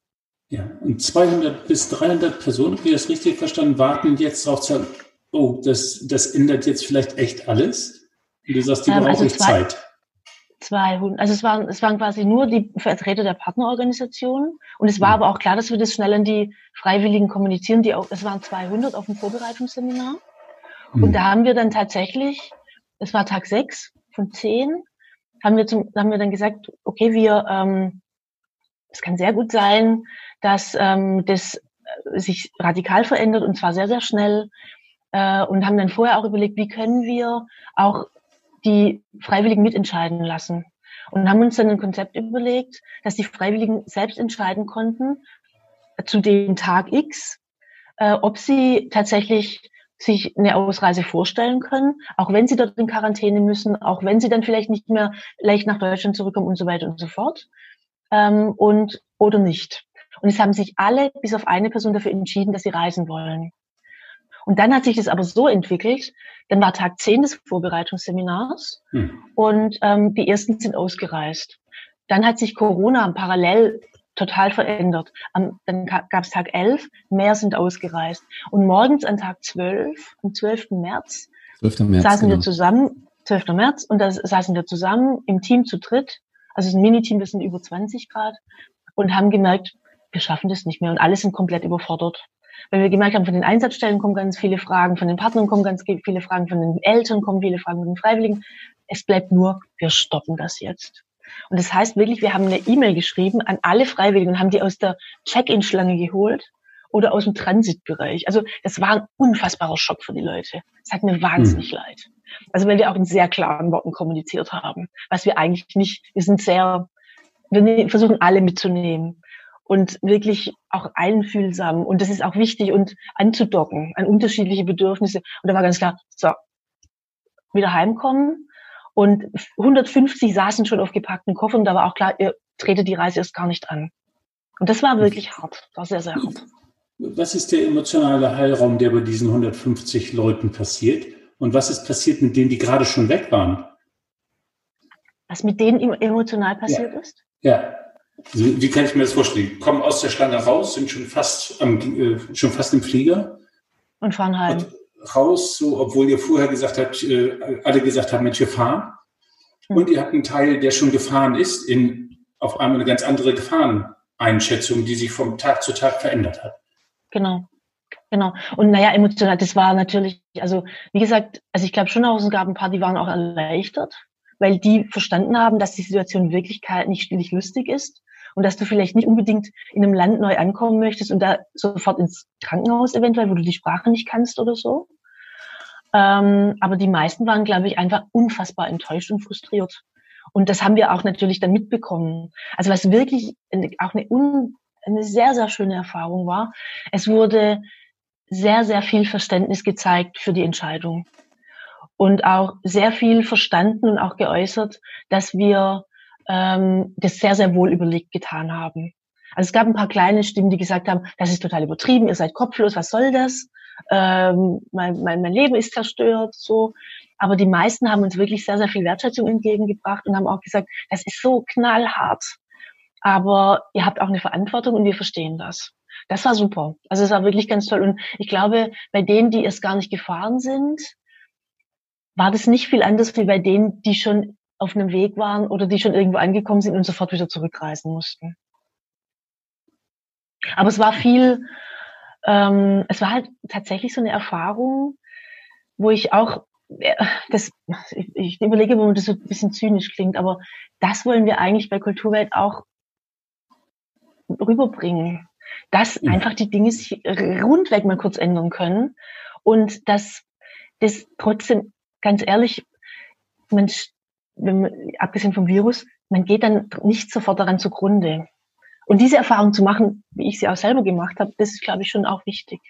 [SPEAKER 1] Ja, und zweihundert bis dreihundert Personen, wie ich das richtig verstanden, warten jetzt darauf zu sagen, oh, das, das ändert jetzt vielleicht echt alles? Und du sagst, die ähm, brauchen also zwei, Zeit.
[SPEAKER 3] zweihundert, also es waren, es waren quasi nur die Vertreter der Partnerorganisationen und es war mhm. aber auch klar, dass wir das schnell an die Freiwilligen kommunizieren, die auch, es waren zweihundert auf dem Vorbereitungsseminar mhm. und da haben wir dann tatsächlich, es war Tag sechs von zehn, haben wir zum, haben wir dann gesagt, okay, wir, ähm, es kann sehr gut sein, dass ähm, das sich radikal verändert und zwar sehr, sehr schnell äh, und haben dann vorher auch überlegt, wie können wir auch die Freiwilligen mitentscheiden lassen und haben uns dann ein Konzept überlegt, dass die Freiwilligen selbst entscheiden konnten zu dem Tag X, äh, ob sie tatsächlich sich eine Ausreise vorstellen können, auch wenn sie dort in Quarantäne müssen, auch wenn sie dann vielleicht nicht mehr leicht nach Deutschland zurückkommen und so weiter und so fort, ähm, und oder nicht. Und es haben sich alle bis auf eine Person dafür entschieden, dass sie reisen wollen. Und dann hat sich das aber so entwickelt, dann war Tag zehn des Vorbereitungsseminars hm. und ähm, die ersten sind ausgereist. Dann hat sich Corona parallel total verändert. Um, dann gab es Tag elf, mehr sind ausgereist. Und morgens an Tag zwölf, am zwölften März,
[SPEAKER 4] zwölften März
[SPEAKER 3] saßen
[SPEAKER 4] genau.
[SPEAKER 3] wir zusammen, zwölften März, und da saßen wir zusammen im Team zu dritt, also es ist ein Mini-Team, das sind über zwanzig Grad, und haben gemerkt, wir schaffen das nicht mehr. Und alle sind komplett überfordert. Weil wir gemerkt haben, von den Einsatzstellen kommen ganz viele Fragen, von den Partnern kommen ganz viele Fragen, von den Eltern kommen viele Fragen, von den Freiwilligen. Es bleibt nur, wir stoppen das jetzt. Und das heißt wirklich, wir haben eine E-Mail geschrieben an alle Freiwilligen und haben die aus der Check-in-Schlange geholt oder aus dem Transitbereich. Also das war ein unfassbarer Schock für die Leute. Es hat mir wahnsinnig hm. leid. Also weil wir auch in sehr klaren Worten kommuniziert haben, was wir eigentlich nicht, wir sind sehr, wir versuchen alle mitzunehmen und wirklich auch einfühlsam, und das ist auch wichtig, und anzudocken an unterschiedliche Bedürfnisse. Und da war ganz klar, so, wieder heimkommen, und hundertfünfzig saßen schon auf gepackten Koffern, da war auch klar, ihr tretet die Reise erst gar nicht an. Und das war wirklich hart, das war sehr, sehr hart.
[SPEAKER 1] Was ist der emotionale Heilraum, der bei diesen hundertfünfzig Leuten passiert? Und was ist passiert mit denen, die gerade schon weg waren?
[SPEAKER 3] Was mit denen emotional passiert
[SPEAKER 1] ja.
[SPEAKER 3] ist?
[SPEAKER 1] Ja. Also, wie kann ich mir das vorstellen? Die kommen aus der Schlange raus, sind schon fast, am, äh, schon fast im Flieger.
[SPEAKER 3] Und fahren heim.
[SPEAKER 1] Und raus, so, obwohl ihr vorher gesagt habt, äh, alle gesagt haben, Mensch, wir fahren. Hm. Und ihr habt einen Teil, der schon gefahren ist, in auf einmal eine ganz andere Gefahreneinschätzung, die sich vom Tag zu Tag verändert hat.
[SPEAKER 3] Genau. Genau. Und naja, emotional, das war natürlich, also wie gesagt, also ich glaube schon auch, es gab ein paar, die waren auch erleichtert, weil die verstanden haben, dass die Situation in Wirklichkeit nicht, nicht lustig ist und dass du vielleicht nicht unbedingt in einem Land neu ankommen möchtest und da sofort ins Krankenhaus eventuell, wo du die Sprache nicht kannst oder so. Ähm, aber die meisten waren, glaube ich, einfach unfassbar enttäuscht und frustriert. Und das haben wir auch natürlich dann mitbekommen. Also was wirklich eine, auch eine, un, eine sehr, sehr schöne Erfahrung war, es wurde sehr, sehr viel Verständnis gezeigt für die Entscheidung und auch sehr viel verstanden und auch geäußert, dass wir ähm, das sehr, sehr wohl überlegt getan haben. Also es gab ein paar kleine Stimmen, die gesagt haben, das ist total übertrieben, ihr seid kopflos, was soll das? Ähm, mein, mein, mein Leben ist zerstört, so. Aber die meisten haben uns wirklich sehr, sehr viel Wertschätzung entgegengebracht und haben auch gesagt, das ist so knallhart, aber ihr habt auch eine Verantwortung und wir verstehen das. Das war super. Also es war wirklich ganz toll. Und ich glaube, bei denen, die erst gar nicht gefahren sind, war das nicht viel anders wie bei denen, die schon auf einem Weg waren oder die schon irgendwo angekommen sind und sofort wieder zurückreisen mussten. Aber es war viel, ähm, es war halt tatsächlich so eine Erfahrung, wo ich auch, das, ich, ich überlege, warum das so ein bisschen zynisch klingt, aber das wollen wir eigentlich bei Kulturwelt auch rüberbringen. Dass ja. einfach die Dinge sich rundweg mal kurz ändern können und dass das trotzdem, ganz ehrlich, man, wenn man, abgesehen vom Virus, man geht dann nicht sofort daran zugrunde. Und diese Erfahrung zu machen, wie ich sie auch selber gemacht habe, das ist, glaube ich, schon auch wichtig.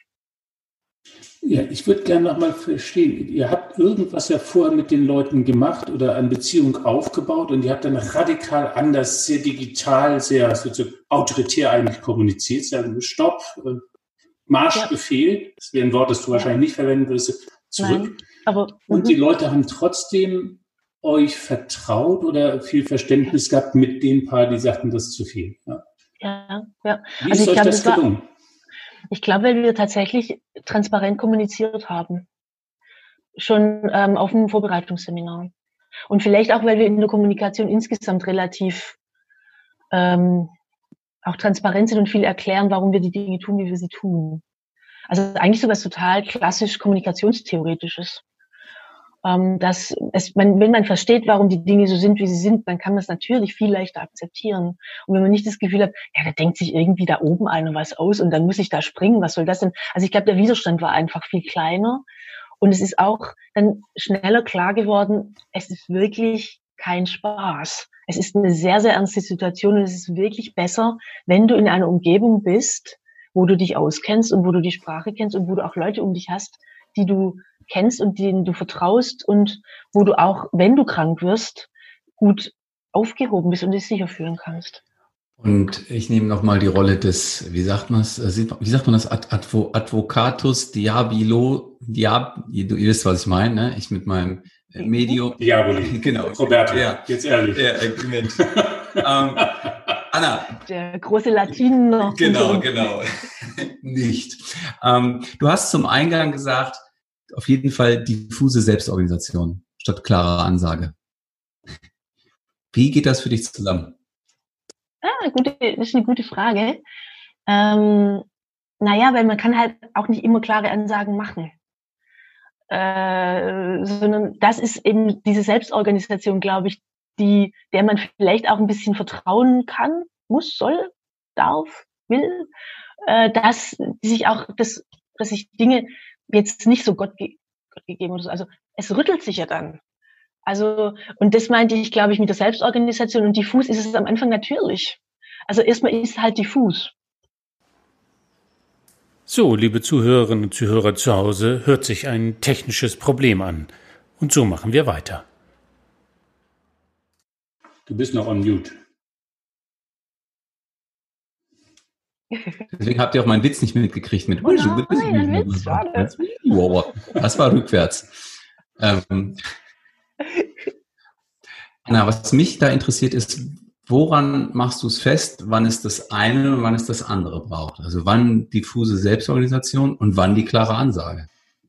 [SPEAKER 1] Ja, ich würde gerne noch mal verstehen, ihr habt irgendwas ja vorher mit den Leuten gemacht oder an Beziehung aufgebaut und ihr habt dann radikal anders, sehr digital, sehr sozusagen autoritär eigentlich kommuniziert, sagen Stopp, Marschbefehl, ja. Das wäre ein Wort, das du ja. wahrscheinlich nicht verwenden würdest, zurück.
[SPEAKER 3] Nein, aber,
[SPEAKER 1] und die Leute haben trotzdem euch vertraut oder viel Verständnis gehabt mit den paar, die sagten, das ist zu viel. Ja,
[SPEAKER 3] ja. ja.
[SPEAKER 1] Wie
[SPEAKER 3] also
[SPEAKER 1] ist euch
[SPEAKER 3] glaub,
[SPEAKER 1] das gelungen? War,
[SPEAKER 3] Ich glaube, weil wir tatsächlich transparent kommuniziert haben. Schon ähm, auf dem Vorbereitungsseminar. Und vielleicht auch, weil wir in der Kommunikation insgesamt relativ ähm, auch transparent sind und viel erklären, warum wir die Dinge tun, wie wir sie tun. Also eigentlich so was total klassisch kommunikationstheoretisches. Ähm, dass es, man, wenn man versteht, warum die Dinge so sind, wie sie sind, dann kann man es natürlich viel leichter akzeptieren. Und wenn man nicht das Gefühl hat, ja, da denkt sich irgendwie da oben einer was aus und dann muss ich da springen, was soll das denn? Also ich glaube, der Widerstand war einfach viel kleiner. Und es ist auch dann schneller klar geworden, es ist wirklich kein Spaß. Es ist eine sehr, sehr ernste Situation und es ist wirklich besser, wenn du in einer Umgebung bist, wo du dich auskennst und wo du die Sprache kennst und wo du auch Leute um dich hast, die du kennst und denen du vertraust und wo du auch, wenn du krank wirst, gut aufgehoben bist und dich sicher fühlen kannst.
[SPEAKER 4] Und ich nehme nochmal die Rolle des, wie sagt man es, wie sagt man das, Advo, Advocatus Diabolo, Diab, ihr, ihr wisst, was ich meine, ne? Ich mit meinem Medium.
[SPEAKER 1] Diaboli.
[SPEAKER 4] Genau.
[SPEAKER 1] Roberto,
[SPEAKER 4] ja.
[SPEAKER 1] Jetzt ehrlich.
[SPEAKER 4] Ja, Mensch. ähm, Anna.
[SPEAKER 3] Der große Latiner.
[SPEAKER 4] Genau, genau. Nicht. Ähm, du hast zum Eingang gesagt, auf jeden Fall diffuse Selbstorganisation statt klarer Ansage. Wie geht das für dich zusammen?
[SPEAKER 3] Ah, gute, das ist eine gute Frage. Ähm, naja, weil man kann halt auch nicht immer klare Ansagen machen. Äh, sondern das ist eben diese Selbstorganisation, glaube ich, die, der man vielleicht auch ein bisschen vertrauen kann, muss, soll, darf, will. äh, dass die sich auch, das, dass sich Dinge jetzt nicht so Gott, ge- Gott gegeben oder so, also es rüttelt sich ja dann. Also, und das meinte ich, glaube ich, mit der Selbstorganisation und diffus ist es am Anfang natürlich. Also erstmal ist es halt diffus.
[SPEAKER 1] So, liebe Zuhörerinnen und Zuhörer zu Hause, hört sich ein technisches Problem an. Und so machen wir weiter. Du bist noch on mute.
[SPEAKER 4] Deswegen habt ihr auch meinen Witz nicht mitgekriegt mit.
[SPEAKER 3] Oh nein, ein Witz, schade.
[SPEAKER 4] Das war rückwärts. Ähm, Anna, was mich da interessiert ist, woran machst du es fest, wann es das eine und wann es das andere braucht? Also wann diffuse Selbstorganisation und wann die klare Ansage?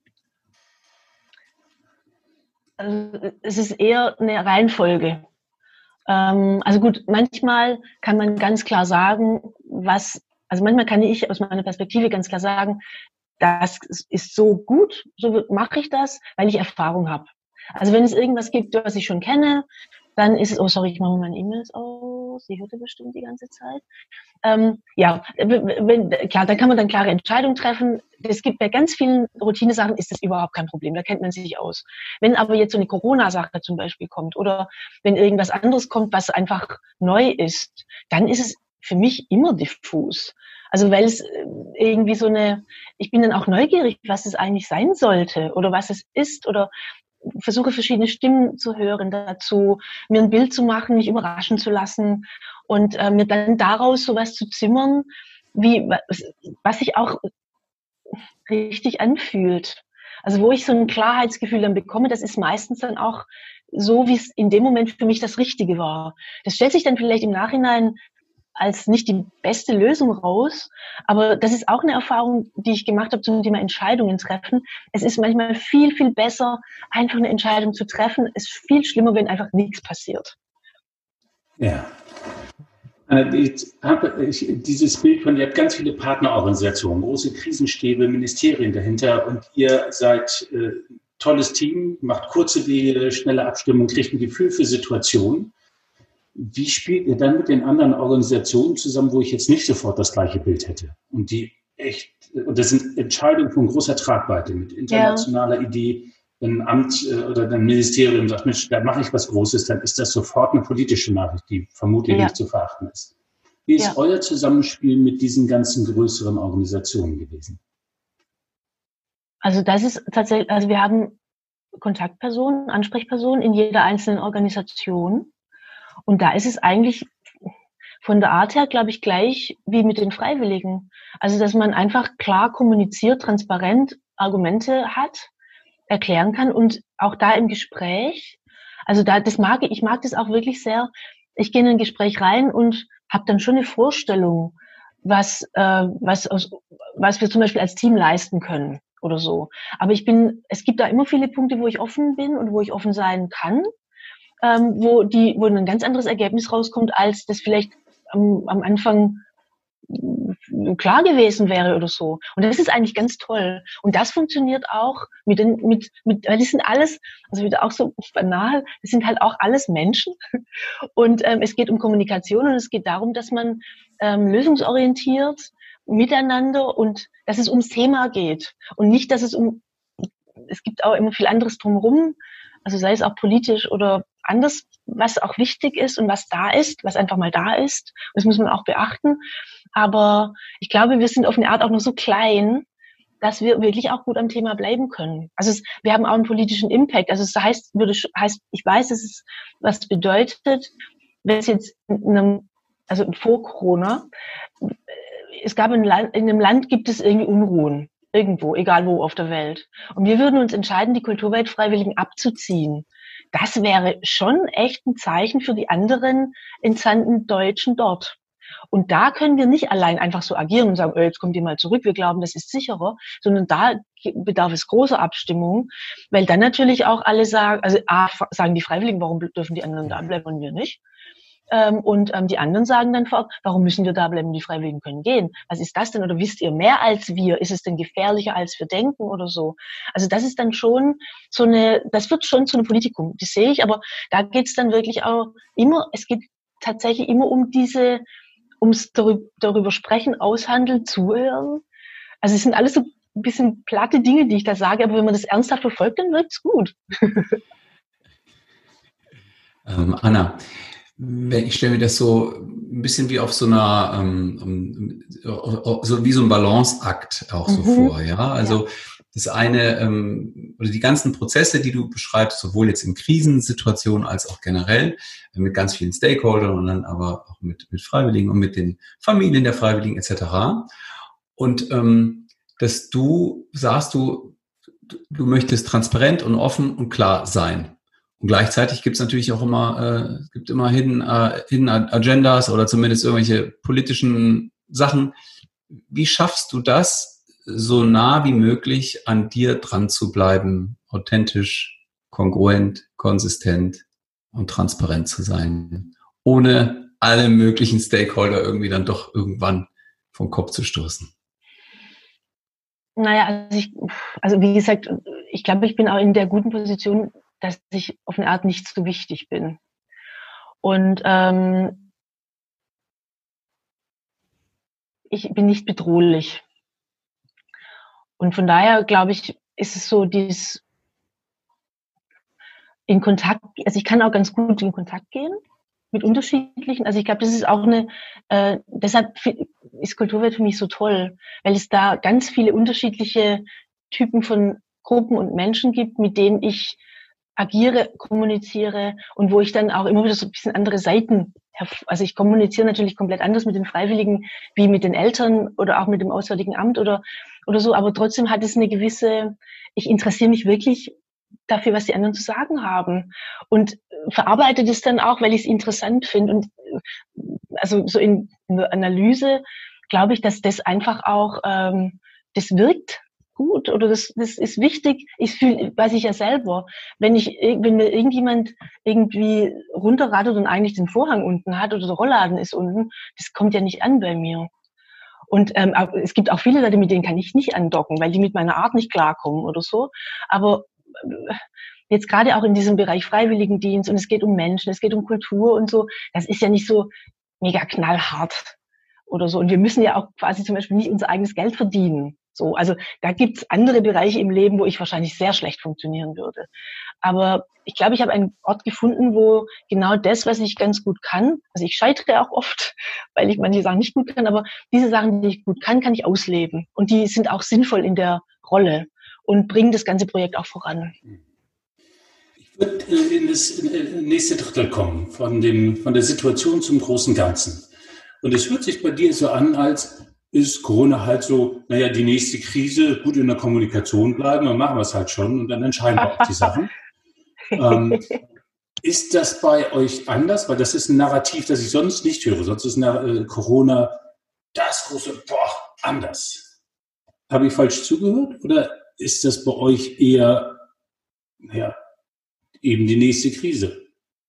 [SPEAKER 3] Also es ist eher eine Reihenfolge. Ähm, also gut, manchmal kann man ganz klar sagen, was, also manchmal kann ich aus meiner Perspektive ganz klar sagen, das ist so gut, so mache ich das, weil ich Erfahrung habe. Also wenn es irgendwas gibt, was ich schon kenne, dann ist es, oh sorry, ich mache meine E-Mails aus, sie hörte bestimmt die ganze Zeit. Ähm, ja, wenn, klar, da kann man dann klare Entscheidungen treffen. Es gibt bei ganz vielen Routinesachen ist das überhaupt kein Problem, da kennt man sich aus. Wenn aber jetzt so eine Corona-Sache zum Beispiel kommt oder wenn irgendwas anderes kommt, was einfach neu ist, dann ist es für mich immer diffus. Also weil es irgendwie so eine, ich bin dann auch neugierig, was es eigentlich sein sollte oder was es ist oder versuche verschiedene Stimmen zu hören dazu, mir ein Bild zu machen, mich überraschen zu lassen und äh, mir dann daraus sowas zu zimmern, wie was, was sich auch richtig anfühlt. Also wo ich so ein Klarheitsgefühl dann bekomme, das ist meistens dann auch so, wie es in dem Moment für mich das Richtige war. Das stellt sich dann vielleicht im Nachhinein als nicht die beste Lösung raus, aber das ist auch eine Erfahrung, die ich gemacht habe zum Thema Entscheidungen treffen. Es ist manchmal viel, viel besser, einfach eine Entscheidung zu treffen. Es ist viel schlimmer, wenn einfach nichts passiert.
[SPEAKER 1] Ja. Ich habe ich, dieses Bild von, ihr habt ganz viele Partnerorganisationen, große Krisenstäbe, Ministerien dahinter und ihr seid äh, tolles Team, macht kurze Wege, schnelle Abstimmung, kriegt ein Gefühl für Situationen. Wie spielt ihr dann mit den anderen Organisationen zusammen, wo ich jetzt nicht sofort das gleiche Bild hätte? Und die echt, und das sind Entscheidungen von großer Tragweite mit internationaler ja. Idee. Wenn ein Amt oder ein Ministerium sagt, Mensch, da mache ich was Großes, dann ist das sofort eine politische Nachricht, die vermutlich ja. nicht zu verachten ist. Wie ist ja. euer Zusammenspiel mit diesen ganzen größeren Organisationen gewesen?
[SPEAKER 3] Also das ist tatsächlich, also wir haben Kontaktpersonen, Ansprechpersonen in jeder einzelnen Organisation. Und da ist es eigentlich von der Art her, glaube ich, gleich wie mit den Freiwilligen. Also, dass man einfach klar kommuniziert, transparent Argumente hat, erklären kann und auch da im Gespräch, also da, das mag ich, ich mag das auch wirklich sehr. Ich gehe in ein Gespräch rein und habe dann schon eine Vorstellung, was, äh, was, aus, was wir zum Beispiel als Team leisten können oder so. Aber ich bin, es gibt da immer viele Punkte, wo ich offen bin und wo ich offen sein kann. Ähm, wo die, wo ein ganz anderes Ergebnis rauskommt, als das vielleicht am, am Anfang klar gewesen wäre oder so. Und das ist eigentlich ganz toll. Und das funktioniert auch mit den, mit, mit, weil das sind alles, also wieder auch so banal, das sind halt auch alles Menschen. Und ähm, es geht um Kommunikation und es geht darum, dass man ähm, lösungsorientiert miteinander und dass es ums Thema geht und nicht, dass es um, es gibt auch immer viel anderes drumherum, also sei es auch politisch oder anders, was auch wichtig ist und was da ist, was einfach mal da ist. Das muss man auch beachten. Aber ich glaube, wir sind auf eine Art auch noch so klein, dass wir wirklich auch gut am Thema bleiben können. Also es, wir haben auch einen politischen Impact. Also es heißt, würde, heißt, ich weiß, dass es was bedeutet, wenn es jetzt in einem, also vor Corona, es gab ein Land, in einem Land gibt es irgendwie Unruhen. Irgendwo, egal wo auf der Welt. Und wir würden uns entscheiden, die Kulturweltfreiwilligen abzuziehen. Das wäre schon echt ein Zeichen für die anderen entsandten Deutschen dort. Und da können wir nicht allein einfach so agieren und sagen, oh, jetzt kommt ihr mal zurück, wir glauben, das ist sicherer, sondern da bedarf es großer Abstimmung, weil dann natürlich auch alle sagen, also A, sagen die Freiwilligen, warum dürfen die anderen da bleiben und wir nicht? Ähm, und ähm, die anderen sagen dann vor, warum müssen wir da bleiben, die Freiwilligen können gehen? Was ist das denn? Oder wisst ihr mehr als wir? Ist es denn gefährlicher, als wir denken oder so? Also das ist dann schon so eine, das wird schon zu einem Politikum, das sehe ich, aber da geht es dann wirklich auch immer, es geht tatsächlich immer um diese ums darüber, darüber sprechen, aushandeln, zuhören. Also es sind alles so ein bisschen platte Dinge, die ich da sage, aber wenn man das ernsthaft verfolgt, dann wirkt's gut.
[SPEAKER 4] Ähm, Anna, ich stelle mir das so ein bisschen wie auf so einer, ähm, so wie so ein Balanceakt auch so mhm. vor, ja. Also ja. Das eine, ähm, oder die ganzen Prozesse, die du beschreibst, sowohl jetzt in Krisensituationen als auch generell, mit ganz vielen Stakeholdern und dann aber auch mit, mit Freiwilligen und mit den Familien der Freiwilligen et cetera. Und ähm, dass du sagst, du, du möchtest transparent und offen und klar sein. Und gleichzeitig gibt es natürlich auch immer, äh, es gibt immer Hidden, äh, Hidden Agendas oder zumindest irgendwelche politischen Sachen. Wie schaffst du das, so nah wie möglich an dir dran zu bleiben, authentisch, kongruent, konsistent und transparent zu sein, ohne alle möglichen Stakeholder irgendwie dann doch irgendwann vom Kopf zu stoßen?
[SPEAKER 3] Naja, also, ich, also wie gesagt, ich glaube, ich bin auch in der guten Position, dass ich auf eine Art nicht so wichtig bin. Und ähm, ich bin nicht bedrohlich. Und von daher, glaube ich, ist es so dieses in Kontakt, also ich kann auch ganz gut in Kontakt gehen mit unterschiedlichen, also ich glaube, das ist auch eine, äh, deshalb ist Kulturwelt für mich so toll, weil es da ganz viele unterschiedliche Typen von Gruppen und Menschen gibt, mit denen ich agiere, kommuniziere und wo ich dann auch immer wieder so ein bisschen andere Seiten, also ich kommuniziere natürlich komplett anders mit den Freiwilligen wie mit den Eltern oder auch mit dem Auswärtigen Amt oder oder so, aber trotzdem hat es eine gewisse, ich interessiere mich wirklich dafür, was die anderen zu sagen haben und verarbeite das dann auch, weil ich es interessant finde und also so in, in der Analyse glaube ich, dass das einfach auch, ähm, das wirkt gut oder das, das ist wichtig. Ich fühle, weiß ich ja selber, wenn ich, wenn mir irgendjemand irgendwie runterradelt und eigentlich den Vorhang unten hat oder der Rollladen ist unten, das kommt ja nicht an bei mir. Und ähm, es gibt auch viele Leute, mit denen kann ich nicht andocken, weil die mit meiner Art nicht klarkommen oder so. Aber äh, jetzt gerade auch in diesem Bereich Freiwilligendienst und es geht um Menschen, es geht um Kultur und so, das ist ja nicht so mega knallhart oder so. Und wir müssen ja auch quasi zum Beispiel nicht unser eigenes Geld verdienen. So, also da gibt's andere Bereiche im Leben, wo ich wahrscheinlich sehr schlecht funktionieren würde. Aber ich glaube, ich habe einen Ort gefunden, wo genau das, was ich ganz gut kann, also ich scheitere auch oft, weil ich manche Sachen nicht gut kann, aber diese Sachen, die ich gut kann, kann ich ausleben. Und die sind auch sinnvoll in der Rolle und bringen das ganze Projekt auch voran.
[SPEAKER 1] Ich würde in das nächste Drittel kommen, von, dem, von der Situation zum großen Ganzen. Und es hört sich bei dir so an, als ist Corona halt so, naja, die nächste Krise, gut in der Kommunikation bleiben, dann machen wir es halt schon und dann entscheiden wir auch die Sachen. ähm, ist das bei euch anders? Weil das ist ein Narrativ, das ich sonst nicht höre. Sonst ist äh, Corona das große, boah, anders. Habe ich falsch zugehört? Oder ist das bei euch eher, naja, eben die nächste Krise?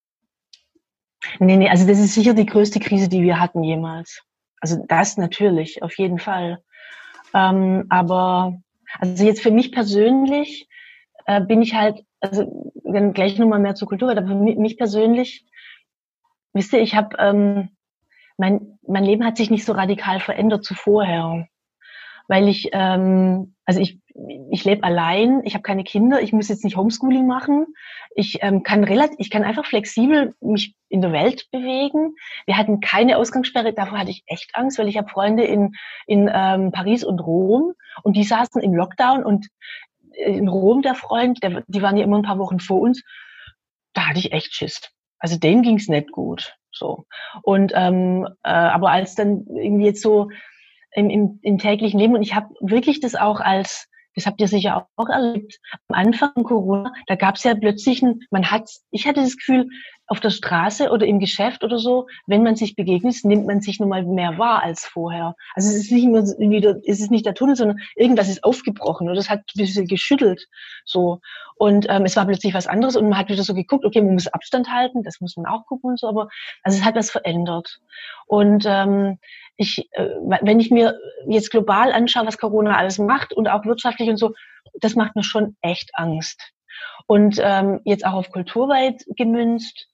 [SPEAKER 3] Nee, nee, also das ist sicher die größte Krise, die wir hatten jemals. Also das natürlich, auf jeden Fall. Ähm, aber also jetzt für mich persönlich äh, bin ich halt, also dann gleich nochmal mehr zur Kultur, aber für mich persönlich, wisst ihr, ich habe, ähm, mein mein Leben hat sich nicht so radikal verändert zu vorher, weil ich, ähm, also ich ich lebe allein, ich habe keine Kinder, ich muss jetzt nicht Homeschooling machen, ich ähm, kann relativ, ich kann einfach flexibel mich in der Welt bewegen. Wir hatten keine Ausgangssperre, davor hatte ich echt Angst, weil ich habe Freunde in in ähm, Paris und Rom und die saßen im Lockdown und in Rom der Freund, der, die waren ja immer ein paar Wochen vor uns, da hatte ich echt Schiss. Also denen ging's nicht gut, so. Und ähm, äh, aber als dann irgendwie jetzt so im, im, im täglichen Leben und ich habe wirklich das auch als, das habt ihr sicher auch erlebt, am Anfang von Corona, da gab es ja plötzlich ein, man hat, ich hatte das Gefühl, auf der Straße oder im Geschäft oder so, wenn man sich begegnet, nimmt man sich nun mal mehr wahr als vorher. Also es ist nicht mehr wieder, es ist nicht der Tunnel, sondern irgendwas ist aufgebrochen oder es hat ein bisschen geschüttelt, so. Und ähm, es war plötzlich was anderes und man hat wieder so geguckt, okay, man muss Abstand halten, das muss man auch gucken und so, aber also es hat was verändert. Und ähm, ich, äh, wenn ich mir jetzt global anschaue, was Corona alles macht und auch wirtschaftlich und so, das macht mir schon echt Angst. Und ähm, jetzt auch auf Kulturweit gemünzt,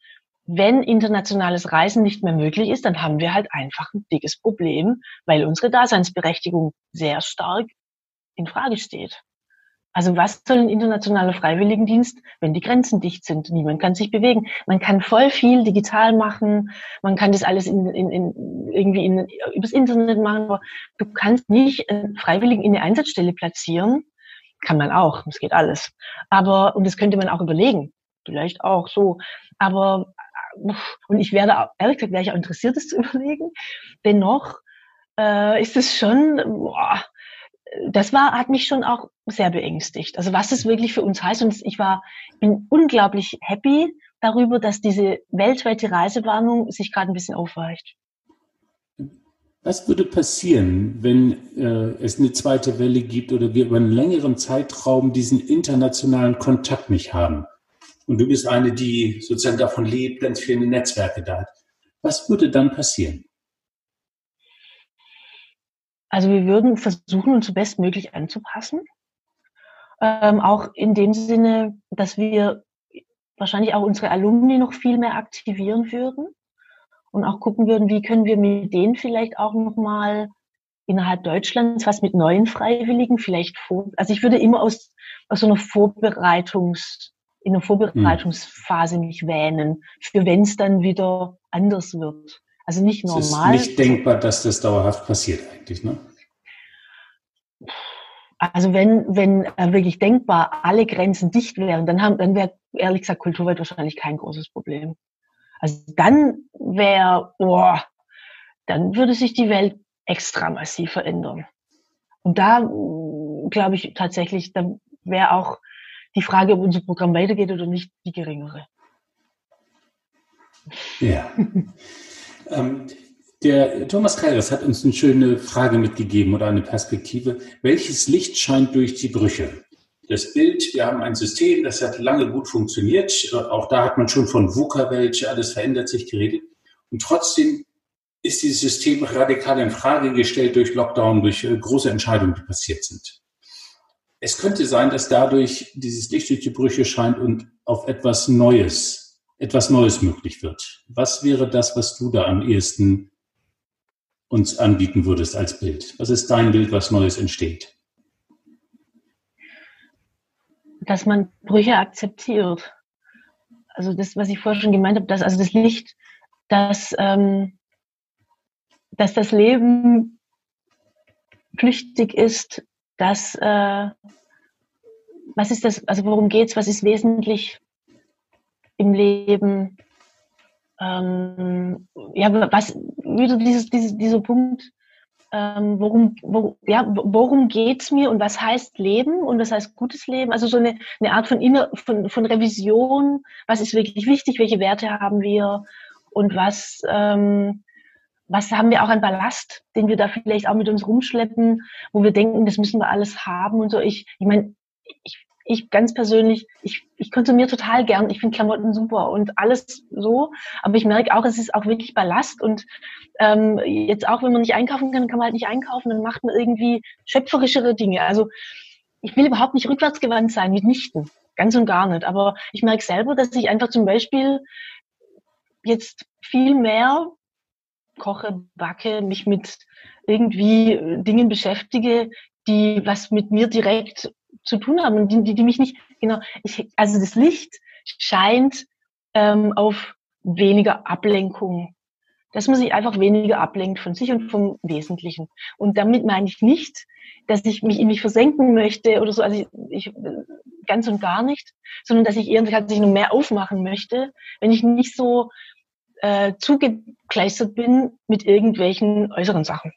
[SPEAKER 3] wenn internationales Reisen nicht mehr möglich ist, dann haben wir halt einfach ein dickes Problem, weil unsere Daseinsberechtigung sehr stark in Frage steht. Also was soll ein internationaler Freiwilligendienst, wenn die Grenzen dicht sind? Niemand kann sich bewegen. Man kann voll viel digital machen, man kann das alles in, in, in, irgendwie in, übers Internet machen, aber du kannst nicht einen Freiwilligen in eine Einsatzstelle platzieren. Kann man auch, das geht alles. Aber, und das könnte man auch überlegen, vielleicht auch so. Aber, und ich werde auch, ehrlich gesagt, wäre ich auch interessiert, das zu überlegen. Dennoch äh, ist es schon, boah, das war, hat mich schon auch sehr beängstigt. Also was es wirklich für uns heißt. Und ich war, bin unglaublich happy darüber, dass diese weltweite Reisewarnung sich gerade ein bisschen aufweicht.
[SPEAKER 1] Was würde passieren, wenn äh, es eine zweite Welle gibt oder wir über einen längeren Zeitraum diesen internationalen Kontakt nicht haben? Und du bist eine, die sozusagen davon lebt, ganz viele Netzwerke da hat. Was würde dann passieren?
[SPEAKER 3] Also wir würden versuchen, uns so bestmöglich anzupassen. Ähm, auch in dem Sinne, dass wir wahrscheinlich auch unsere Alumni noch viel mehr aktivieren würden und auch gucken würden, wie können wir mit denen vielleicht auch nochmal innerhalb Deutschlands was mit neuen Freiwilligen vielleicht vor. Also ich würde immer aus, aus so einer Vorbereitungs, in einer Vorbereitungsphase mich wähnen, für wenn es dann wieder anders wird. Also nicht normal.
[SPEAKER 1] Es ist nicht denkbar, dass das dauerhaft passiert eigentlich, ne?
[SPEAKER 3] Also wenn, wenn äh, wirklich denkbar alle Grenzen dicht wären, dann haben, dann wäre ehrlich gesagt kulturweit wahrscheinlich kein großes Problem. Also dann wäre, boah, dann würde sich die Welt extra massiv verändern. Und da glaube ich tatsächlich, dann wäre auch die Frage, ob unser Programm weitergeht oder nicht, die geringere.
[SPEAKER 1] Ja. ähm, der Thomas Kairos hat uns eine schöne Frage mitgegeben oder eine Perspektive. Welches Licht scheint durch die Brüche? Das Bild, wir haben ein System, das hat lange gut funktioniert. Auch da hat man schon von VUCA-Welt, alles verändert sich, geredet. Und trotzdem ist dieses System radikal in Frage gestellt durch Lockdown, durch große Entscheidungen, die passiert sind. Es könnte sein, dass dadurch dieses Licht durch die Brüche scheint und auf etwas Neues, etwas Neues möglich wird. Was wäre das, was du da am ehesten uns anbieten würdest als Bild? Was ist dein Bild, was Neues entsteht?
[SPEAKER 3] Dass man Brüche akzeptiert. Also das, was ich vorher schon gemeint habe, dass also das Licht, dass, ähm, dass das Leben flüchtig ist, dass äh, was ist das, also worum geht's, was ist wesentlich im Leben? Ähm, ja, was wieder dieses, dieses, dieser Punkt, ähm, worum, wo, ja, worum geht's mir und was heißt Leben und was heißt gutes Leben? Also so eine, eine Art von inner, von, von Revision. Was ist wirklich wichtig? Welche Werte haben wir? Und was, ähm, was haben wir auch an Ballast, den wir da vielleicht auch mit uns rumschleppen, wo wir denken, das müssen wir alles haben und so. Ich, ich meine, ich, ich ganz persönlich, ich, ich konsumiere total gern. Ich finde Klamotten super und alles so. Aber ich merke auch, es ist auch wirklich Ballast. Und ähm, jetzt auch, wenn man nicht einkaufen kann, kann man halt nicht einkaufen. Dann macht man irgendwie schöpferischere Dinge. Also ich will überhaupt nicht rückwärtsgewandt sein, mitnichten. Ganz und gar nicht. Aber ich merke selber, dass ich einfach zum Beispiel jetzt viel mehr koche, backe, mich mit irgendwie Dingen beschäftige, die was mit mir direkt zu tun haben und die, die, die mich nicht, genau, ich, also das Licht scheint ähm, auf weniger Ablenkung, dass man sich einfach weniger ablenkt von sich und vom Wesentlichen. Und damit meine ich nicht, dass ich mich in mich versenken möchte oder so, also ich, ich ganz und gar nicht, sondern dass ich eher dass ich noch mehr aufmachen möchte, wenn ich nicht so äh, zugekleistert bin mit irgendwelchen äußeren Sachen.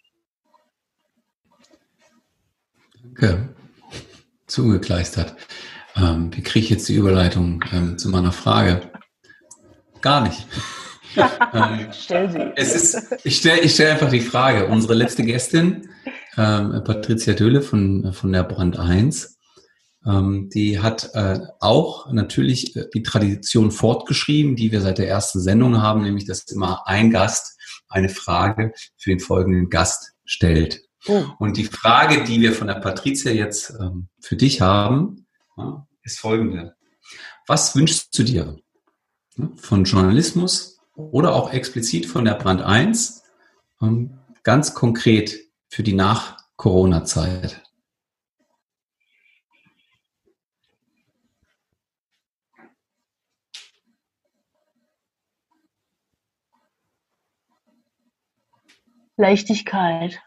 [SPEAKER 4] Danke. Zugekleistert. Ähm, wie kriege ich jetzt die Überleitung ähm, zu meiner Frage? Gar nicht. ähm,
[SPEAKER 3] Stell sie.
[SPEAKER 4] Es ist, ich stelle ich stell einfach die Frage. Unsere letzte Gästin, ähm, Patricia Döhle von, von der Brand eins, ähm, die hat äh, auch natürlich die Tradition fortgeschrieben, die wir seit der ersten Sendung haben, nämlich dass immer ein Gast eine Frage für den folgenden Gast stellt. Oh. Und die Frage, die wir von der Patricia jetzt ähm, für dich haben, ja, ist folgende. Was wünschst du dir von Journalismus oder auch explizit von der Brand eins, ganz konkret für die Nach-Corona-Zeit?
[SPEAKER 3] Leichtigkeit.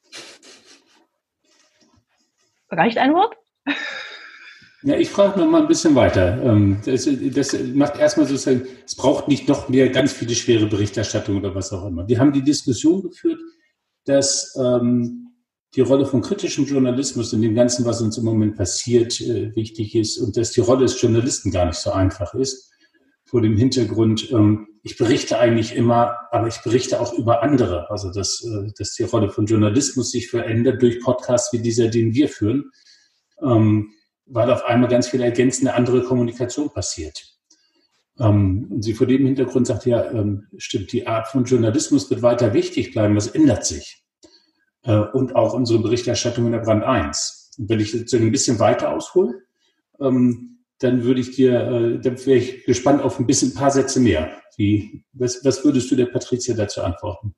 [SPEAKER 3] Reicht ein Wort?
[SPEAKER 1] Ja, ich frage noch mal ein bisschen weiter. Das, das macht erstmal sozusagen, es braucht nicht noch mehr ganz viele schwere Berichterstattung oder was auch immer. Wir haben die Diskussion geführt, dass ähm, die Rolle von kritischem Journalismus in dem Ganzen, was uns im Moment passiert, äh, wichtig ist und dass die Rolle des Journalisten gar nicht so einfach ist. Vor dem Hintergrund, ähm, ich berichte eigentlich immer, aber ich berichte auch über andere. Also dass, äh, dass die Rolle von Journalismus sich verändert durch Podcasts wie dieser, den wir führen. Ähm, weil auf einmal ganz viel ergänzende andere Kommunikation passiert. Ähm, und sie vor dem Hintergrund sagt, ja, ähm, stimmt, die Art von Journalismus wird weiter wichtig bleiben, das ändert sich. Äh, und auch unsere Berichterstattung in der Brand eins. Und wenn ich sozusagen ein bisschen weiter aushole, ähm, dann würde ich dir, äh, dann wäre ich gespannt auf ein bisschen, ein paar Sätze mehr. Wie, was, was würdest du der Patricia dazu antworten?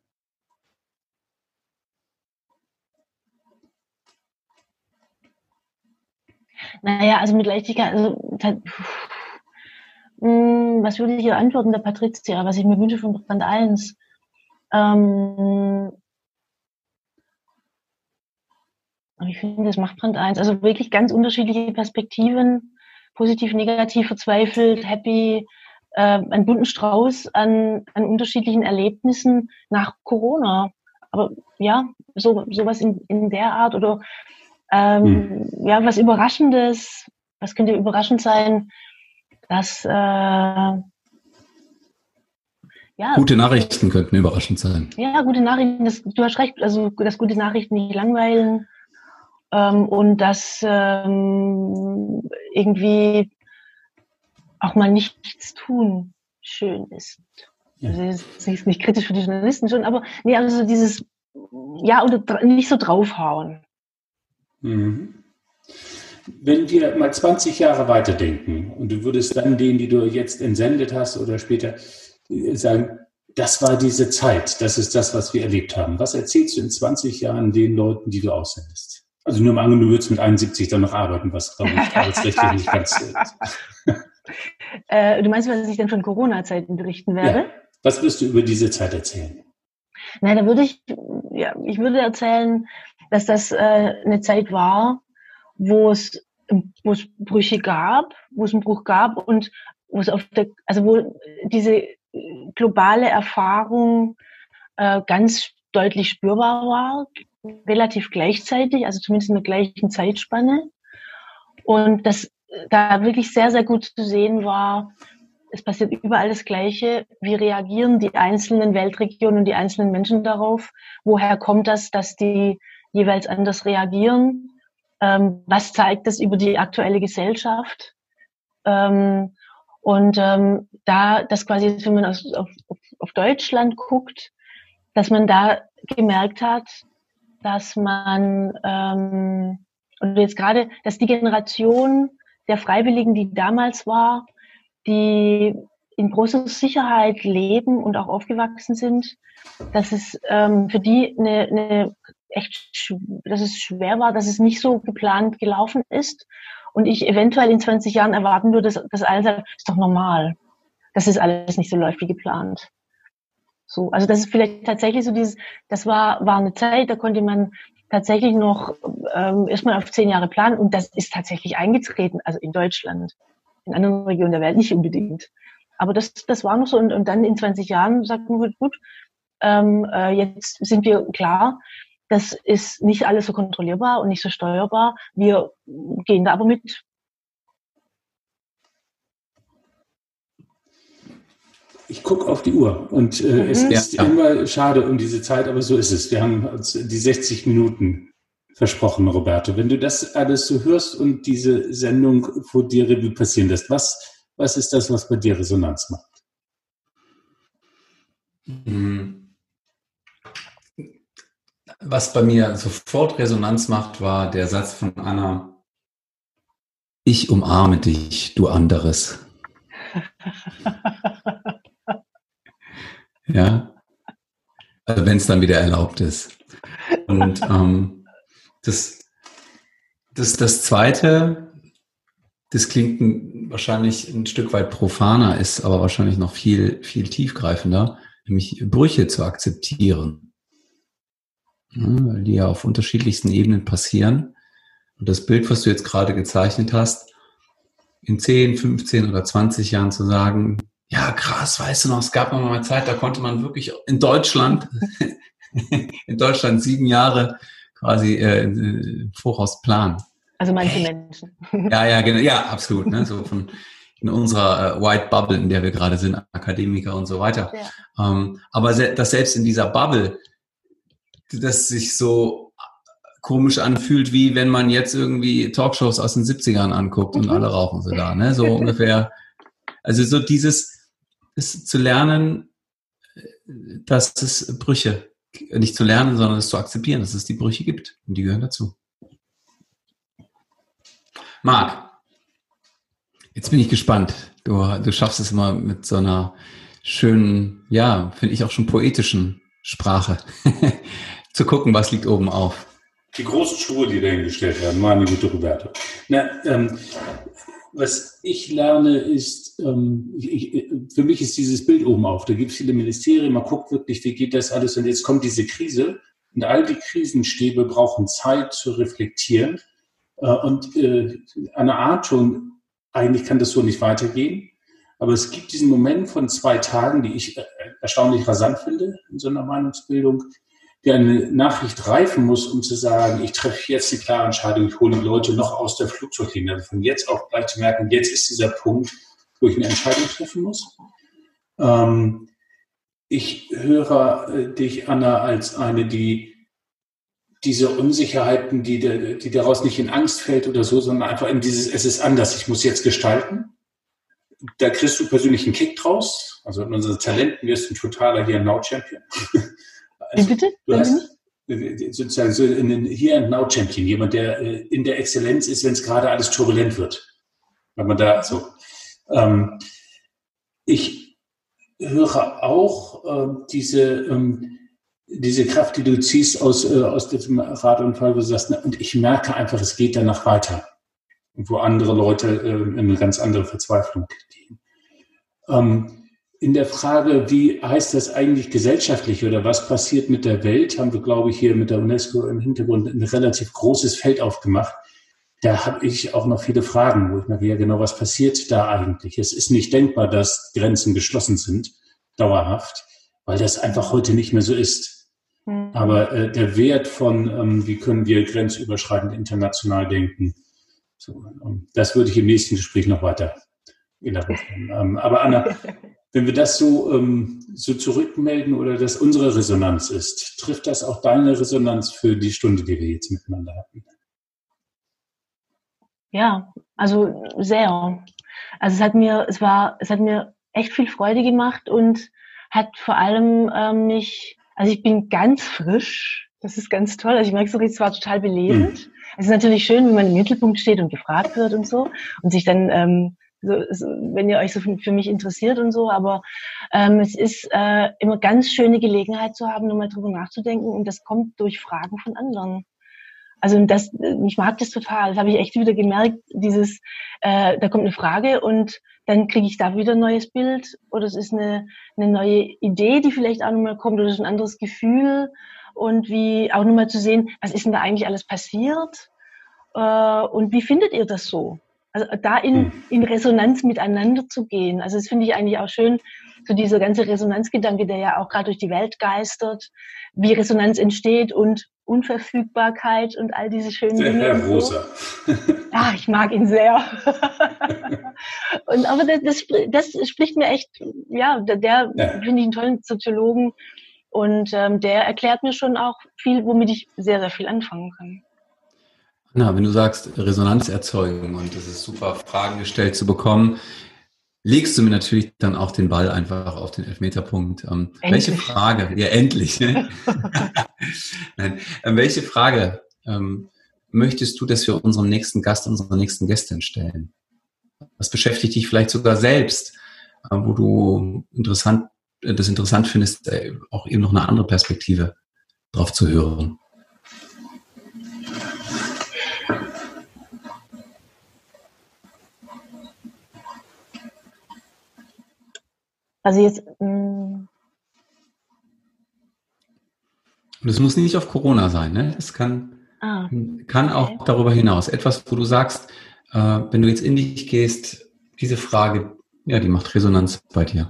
[SPEAKER 3] Naja, also mit Leichtigkeit, also, mh, was würde ich hier antworten, der Patricia, was ich mir wünsche von Brand eins? Ähm, ich finde, das macht Brand eins. Also wirklich ganz unterschiedliche Perspektiven, positiv, negativ, verzweifelt, happy, äh, einen bunten Strauß an, an unterschiedlichen Erlebnissen nach Corona. Aber ja, so sowas in, in der Art oder Ähm, hm. ja, was Überraschendes, was könnte überraschend sein, dass äh, ja,
[SPEAKER 4] gute Nachrichten könnten überraschend sein.
[SPEAKER 3] Ja, gute Nachrichten, das, du hast recht, also dass gute Nachrichten nicht langweilen ähm, und dass ähm, irgendwie auch mal nichts tun schön ist. Ja. Also das ist nicht kritisch für die Journalisten schon, aber nee, also dieses ja oder nicht so draufhauen.
[SPEAKER 1] Mhm. Wenn wir mal zwanzig Jahre weiterdenken und du würdest dann denen, die du jetzt entsendet hast oder später, sagen, das war diese Zeit, das ist das, was wir erlebt haben. Was erzählst du in zwanzig Jahren den Leuten, die du aussendest? Also nur im Angeln, du würdest mit einundsiebzig dann noch arbeiten, was, glaube ich, arbeitsrechtlich nicht ganz ist.
[SPEAKER 3] äh, du meinst, was ich denn von Corona-Zeiten berichten werde?
[SPEAKER 1] Ja. Was wirst du über diese Zeit erzählen?
[SPEAKER 3] Nein, da würde ich, ja, ich würde erzählen, dass das äh, eine Zeit war, wo es, wo es Brüche gab, wo es einen Bruch gab und wo es auf der, also wo diese globale Erfahrung äh, ganz deutlich spürbar war, relativ gleichzeitig, also zumindest in der gleichen Zeitspanne. Und dass da wirklich sehr, sehr gut zu sehen war, es passiert überall das Gleiche. Wie reagieren die einzelnen Weltregionen und die einzelnen Menschen darauf? Woher kommt das, dass die jeweils anders reagieren? Ähm, was zeigt das über die aktuelle Gesellschaft? Ähm, und ähm, da, das quasi, wenn man auf, auf, auf Deutschland guckt, dass man da gemerkt hat, dass man, ähm, und jetzt gerade, dass die Generation der Freiwilligen, die damals war, die in großer Sicherheit leben und auch aufgewachsen sind, dass es ähm, für die eine, eine echt, dass es schwer war, dass es nicht so geplant gelaufen ist und ich eventuell in zwanzig Jahren erwarten würde, dass das alles ist doch normal, dass es alles nicht so läuft wie geplant. So, also das ist vielleicht tatsächlich so dieses, das war war eine Zeit, da konnte man tatsächlich noch ähm, erstmal auf zehn Jahre planen und das ist tatsächlich eingetreten, also in Deutschland. In anderen Regionen der Welt nicht unbedingt. Aber das, das war noch so. Und, und dann in zwanzig Jahren sagt man, gut, ähm, äh, jetzt sind wir klar, das ist nicht alles so kontrollierbar und nicht so steuerbar. Wir gehen da aber mit.
[SPEAKER 1] Ich gucke auf die Uhr und äh, mhm. es ist ja immer schade um diese Zeit, aber so ist es. Wir haben uns die sechzig Minuten versprochen, Roberto. Wenn du das alles so hörst und diese Sendung vor dir Revue passieren lässt, was, was ist das, was bei dir Resonanz macht?
[SPEAKER 4] Was bei mir sofort Resonanz macht, war der Satz von Anna: Ich umarme dich, du anderes. Ja, also wenn es dann wieder erlaubt ist. Und ähm, das, das, das Zweite, das klingt ein, wahrscheinlich ein Stück weit profaner, ist aber wahrscheinlich noch viel, viel tiefgreifender, nämlich Brüche zu akzeptieren. Ja, weil die ja auf unterschiedlichsten Ebenen passieren. Und das Bild, was du jetzt gerade gezeichnet hast, in zehn, fünfzehn oder zwanzig Jahren zu sagen, ja krass, weißt du noch, es gab noch mal eine Zeit, da konnte man wirklich in Deutschland, in Deutschland sieben Jahre quasi äh, im Voraus planen.
[SPEAKER 3] Also manche Menschen.
[SPEAKER 4] Ja, ja, genau, ja, absolut. Ne? So von in unserer äh, White Bubble, in der wir gerade sind, Akademiker und so weiter. Ja. Ähm, aber se- dass selbst in dieser Bubble, das sich so komisch anfühlt, wie wenn man jetzt irgendwie Talkshows aus den siebzigern anguckt und mhm. alle rauchen sie da, ne? So ungefähr. Also so dieses, ist zu lernen, dass es Brüche, nicht zu lernen, sondern es zu akzeptieren, dass es die Brüche gibt und die gehören dazu. Marc, jetzt bin ich gespannt. Du, du schaffst es immer mit so einer schönen, ja, finde ich auch schon poetischen Sprache zu gucken, was liegt oben auf.
[SPEAKER 1] Die großen Schuhe, die dahingestellt werden, meine gute Roberto. Na, ähm, was ich lerne ist, ähm, ich, für mich ist dieses Bild oben auf. Da gibt es viele Ministerien, man guckt wirklich, wie geht das alles. Und jetzt kommt diese Krise und all die Krisenstäbe brauchen Zeit zu reflektieren. Äh, und äh, eine Art schon, eigentlich kann das so nicht weitergehen. Aber es gibt diesen Moment von zwei Tagen, die ich erstaunlich rasant finde in so einer Meinungsbildung, der eine Nachricht reifen muss, um zu sagen, ich treffe jetzt eine klare Entscheidung, ich hole die Leute noch aus der Flugzeuglinie. Also von jetzt auch gleich zu merken, jetzt ist dieser Punkt, wo ich eine Entscheidung treffen muss. Ähm, ich höre äh, dich, Anna, als eine, die diese Unsicherheiten, die, die daraus nicht in Angst fällt oder so, sondern einfach in dieses, es ist anders, ich muss jetzt gestalten. Da kriegst du persönlich einen Kick draus. Also in unseren Talenten wirst du ein totaler Here-and-Now-Champion. Also,
[SPEAKER 3] Wie bitte?
[SPEAKER 1] Du hast sozusagen so einen Here-and-Now-Champion, jemand, der in der Exzellenz ist, wenn es gerade alles turbulent wird. Wenn man da so. Ähm, ich höre auch ähm, diese, ähm, diese Kraft, die du ziehst aus, äh, aus diesem Radunfall, wo du sagst, na, und ich merke einfach, es geht danach weiter. Wo andere Leute äh, in eine ganz andere Verzweiflung gehen. Ähm, in der Frage, wie heißt das eigentlich gesellschaftlich oder was passiert mit der Welt, haben wir, glaube ich, hier mit der UNESCO im Hintergrund ein relativ großes Feld aufgemacht. Da habe ich auch noch viele Fragen, wo ich merke, ja genau, was passiert da eigentlich? Es ist nicht denkbar, dass Grenzen geschlossen sind, dauerhaft, weil das einfach heute nicht mehr so ist. Mhm. Aber äh, der Wert von, ähm, wie können wir grenzüberschreitend international denken, so, das würde ich im nächsten Gespräch noch weiter elaborieren. Ähm, aber Anna, wenn wir das so, ähm, so zurückmelden oder das unsere Resonanz ist, trifft das auch deine Resonanz für die Stunde, die wir jetzt miteinander hatten?
[SPEAKER 3] Ja, also sehr. Also es hat mir, es war, es hat mir echt viel Freude gemacht und hat vor allem ähm, mich, also ich bin ganz frisch. Das ist ganz toll. Also ich merke so, es war total belebend. Hm. Es ist natürlich schön, wenn man im Mittelpunkt steht und gefragt wird und so und sich dann, ähm, so, so, wenn ihr euch so für, für mich interessiert und so, aber ähm, es ist äh, immer ganz schöne Gelegenheit zu haben, nochmal drüber nachzudenken und das kommt durch Fragen von anderen. Also das, ich mag das total. Das habe ich echt wieder gemerkt, dieses, äh, da kommt eine Frage und dann kriege ich da wieder ein neues Bild oder es ist eine, eine neue Idee, die vielleicht auch nochmal kommt oder es ist ein anderes Gefühl. Und wie auch nochmal zu sehen, was ist denn da eigentlich alles passiert äh, und wie findet ihr das so? Also da in, in Resonanz miteinander zu gehen. Also das finde ich eigentlich auch schön, so dieser ganze Resonanzgedanke, der ja auch gerade durch die Welt geistert, wie Resonanz entsteht und Unverfügbarkeit und all diese schönen
[SPEAKER 1] der
[SPEAKER 3] Dinge.
[SPEAKER 1] Herr Rosa.
[SPEAKER 3] Ja, ich mag ihn sehr. und aber das, das, das spricht mir echt, ja, der, der ja. finde ich einen tollen Soziologen. Und ähm, der erklärt mir schon auch viel, womit ich sehr, sehr viel anfangen kann.
[SPEAKER 4] Na, wenn du sagst Resonanz erzeugen und es ist super, Fragen gestellt zu bekommen, legst du mir natürlich dann auch den Ball einfach auf den Elfmeterpunkt. Ähm, welche Frage, ja endlich, ne? Nein, äh, welche Frage ähm, möchtest du, dass wir unserem nächsten Gast, unserer nächsten Gästin stellen? Was beschäftigt dich vielleicht sogar selbst, äh, wo du interessant, äh, das interessant findest, äh, auch eben noch eine andere Perspektive drauf zu hören?
[SPEAKER 3] Also jetzt... Mh,
[SPEAKER 4] Und es muss nicht auf Corona sein, ne? Es kann,
[SPEAKER 3] ah,
[SPEAKER 4] kann auch
[SPEAKER 3] okay.
[SPEAKER 4] darüber hinaus. Etwas, wo du sagst, äh, wenn du jetzt in dich gehst, diese Frage, ja, die macht Resonanz bei dir.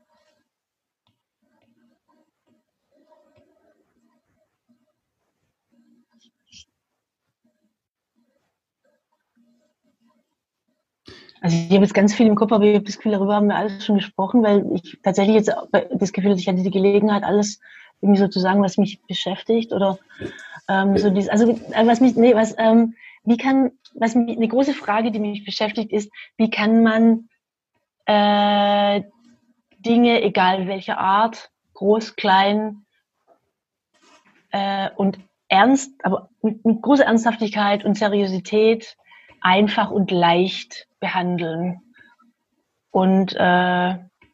[SPEAKER 3] Also ich habe jetzt ganz viel im Kopf, aber ich habe das Gefühl, darüber haben wir alles schon gesprochen, weil ich tatsächlich jetzt das Gefühl hatte, ich hatte die Gelegenheit, alles irgendwie so zu sagen, was mich beschäftigt oder ähm, so dieses, also was mich, nee, was, ähm, wie kann, was mich, eine große Frage, die mich beschäftigt, ist, wie kann man äh, Dinge, egal welcher Art, groß, klein äh, und ernst, aber mit, mit großer Ernsthaftigkeit und Seriosität einfach und leicht behandeln. Und äh,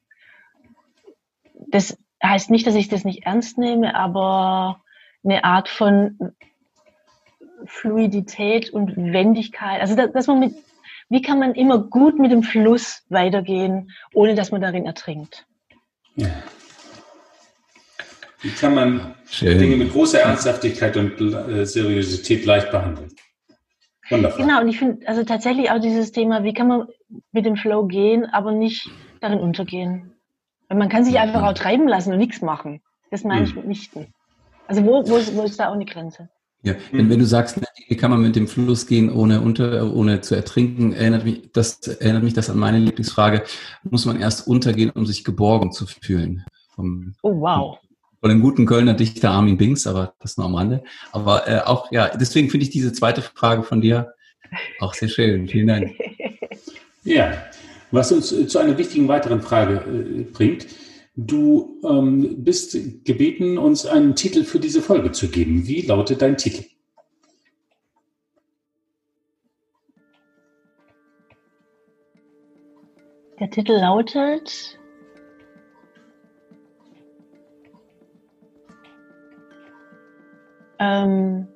[SPEAKER 3] das heißt nicht, dass ich das nicht ernst nehme, aber eine Art von Fluidität und Wendigkeit. Also dass, dass man mit, wie kann man immer gut mit dem Fluss weitergehen, ohne dass man darin ertrinkt?
[SPEAKER 1] Ja. Wie kann man
[SPEAKER 4] Schön.
[SPEAKER 1] Dinge mit großer Ernsthaftigkeit und äh, Seriosität leicht behandeln? Wundervoll.
[SPEAKER 3] Genau, und ich finde also tatsächlich auch dieses Thema, wie kann man mit dem Flow gehen, aber nicht darin untergehen. Weil man kann sich einfach auch treiben lassen und nichts machen. Das meine ich mitnichten. Also wo, wo, ist, wo ist da auch eine Grenze?
[SPEAKER 4] Ja, wenn, wenn du sagst, wie kann man mit dem Fluss gehen, ohne unter, ohne zu ertrinken, erinnert mich das, erinnert mich das an meine Lieblingsfrage. Muss man erst untergehen, um sich geborgen zu fühlen? Vom,
[SPEAKER 3] oh, wow.
[SPEAKER 4] Von dem guten Kölner Dichter Armin Binks, aber das nur am Rande. Aber äh, auch, ja, deswegen finde ich diese zweite Frage von dir auch sehr schön. Vielen Dank.
[SPEAKER 1] Ja, was uns zu einer wichtigen weiteren Frage äh, bringt. Du ähm, bist gebeten, uns einen Titel für diese Folge zu geben. Wie lautet dein Titel?
[SPEAKER 3] Der Titel lautet ähm,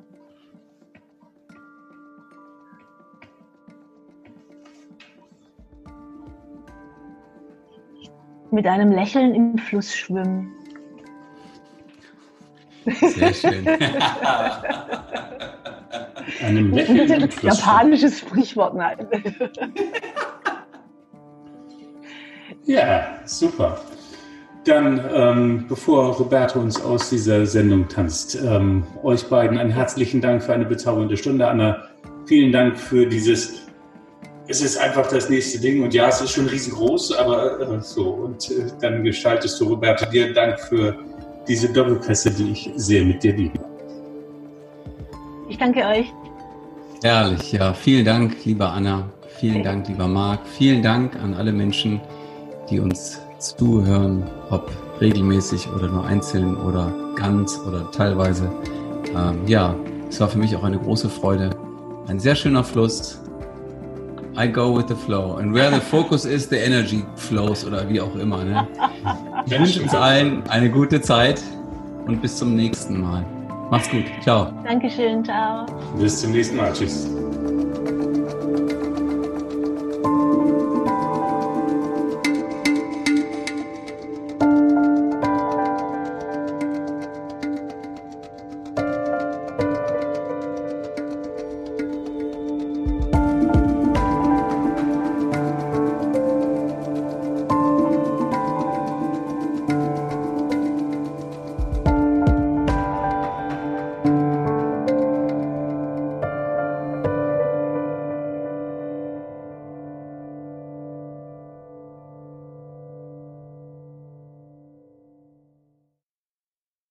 [SPEAKER 3] mit einem Lächeln im Fluss schwimmen.
[SPEAKER 4] Sehr schön.
[SPEAKER 1] Einem Lächeln im Fluss.
[SPEAKER 3] Japanisches Sprichwort, nein.
[SPEAKER 1] Ja, super. Dann, ähm, bevor Roberto uns aus dieser Sendung tanzt, ähm, euch beiden einen herzlichen Dank für eine bezaubernde Stunde. Anna, vielen Dank für dieses, es ist einfach das nächste Ding und ja, es ist schon riesengroß, aber äh, so. Und äh, dann gestaltest du, Roberto, dir Dank für diese Doppelpässe, die ich sehr mit dir liebe.
[SPEAKER 3] Ich danke euch.
[SPEAKER 4] Herrlich, ja. Vielen Dank, lieber Anna. Vielen Dank, lieber Marc. Vielen Dank an alle Menschen, die uns zuhören, ob regelmäßig oder nur einzeln oder ganz oder teilweise. Ähm, ja, es war für mich auch eine große Freude. Ein sehr schöner Fluss. I go with the flow. And where the focus is, the energy flows oder wie auch immer. Ne? Ich wünsche uns allen eine gute Zeit und bis zum nächsten Mal. Macht's gut. Ciao.
[SPEAKER 3] Dankeschön. Ciao.
[SPEAKER 1] Bis zum nächsten Mal. Tschüss.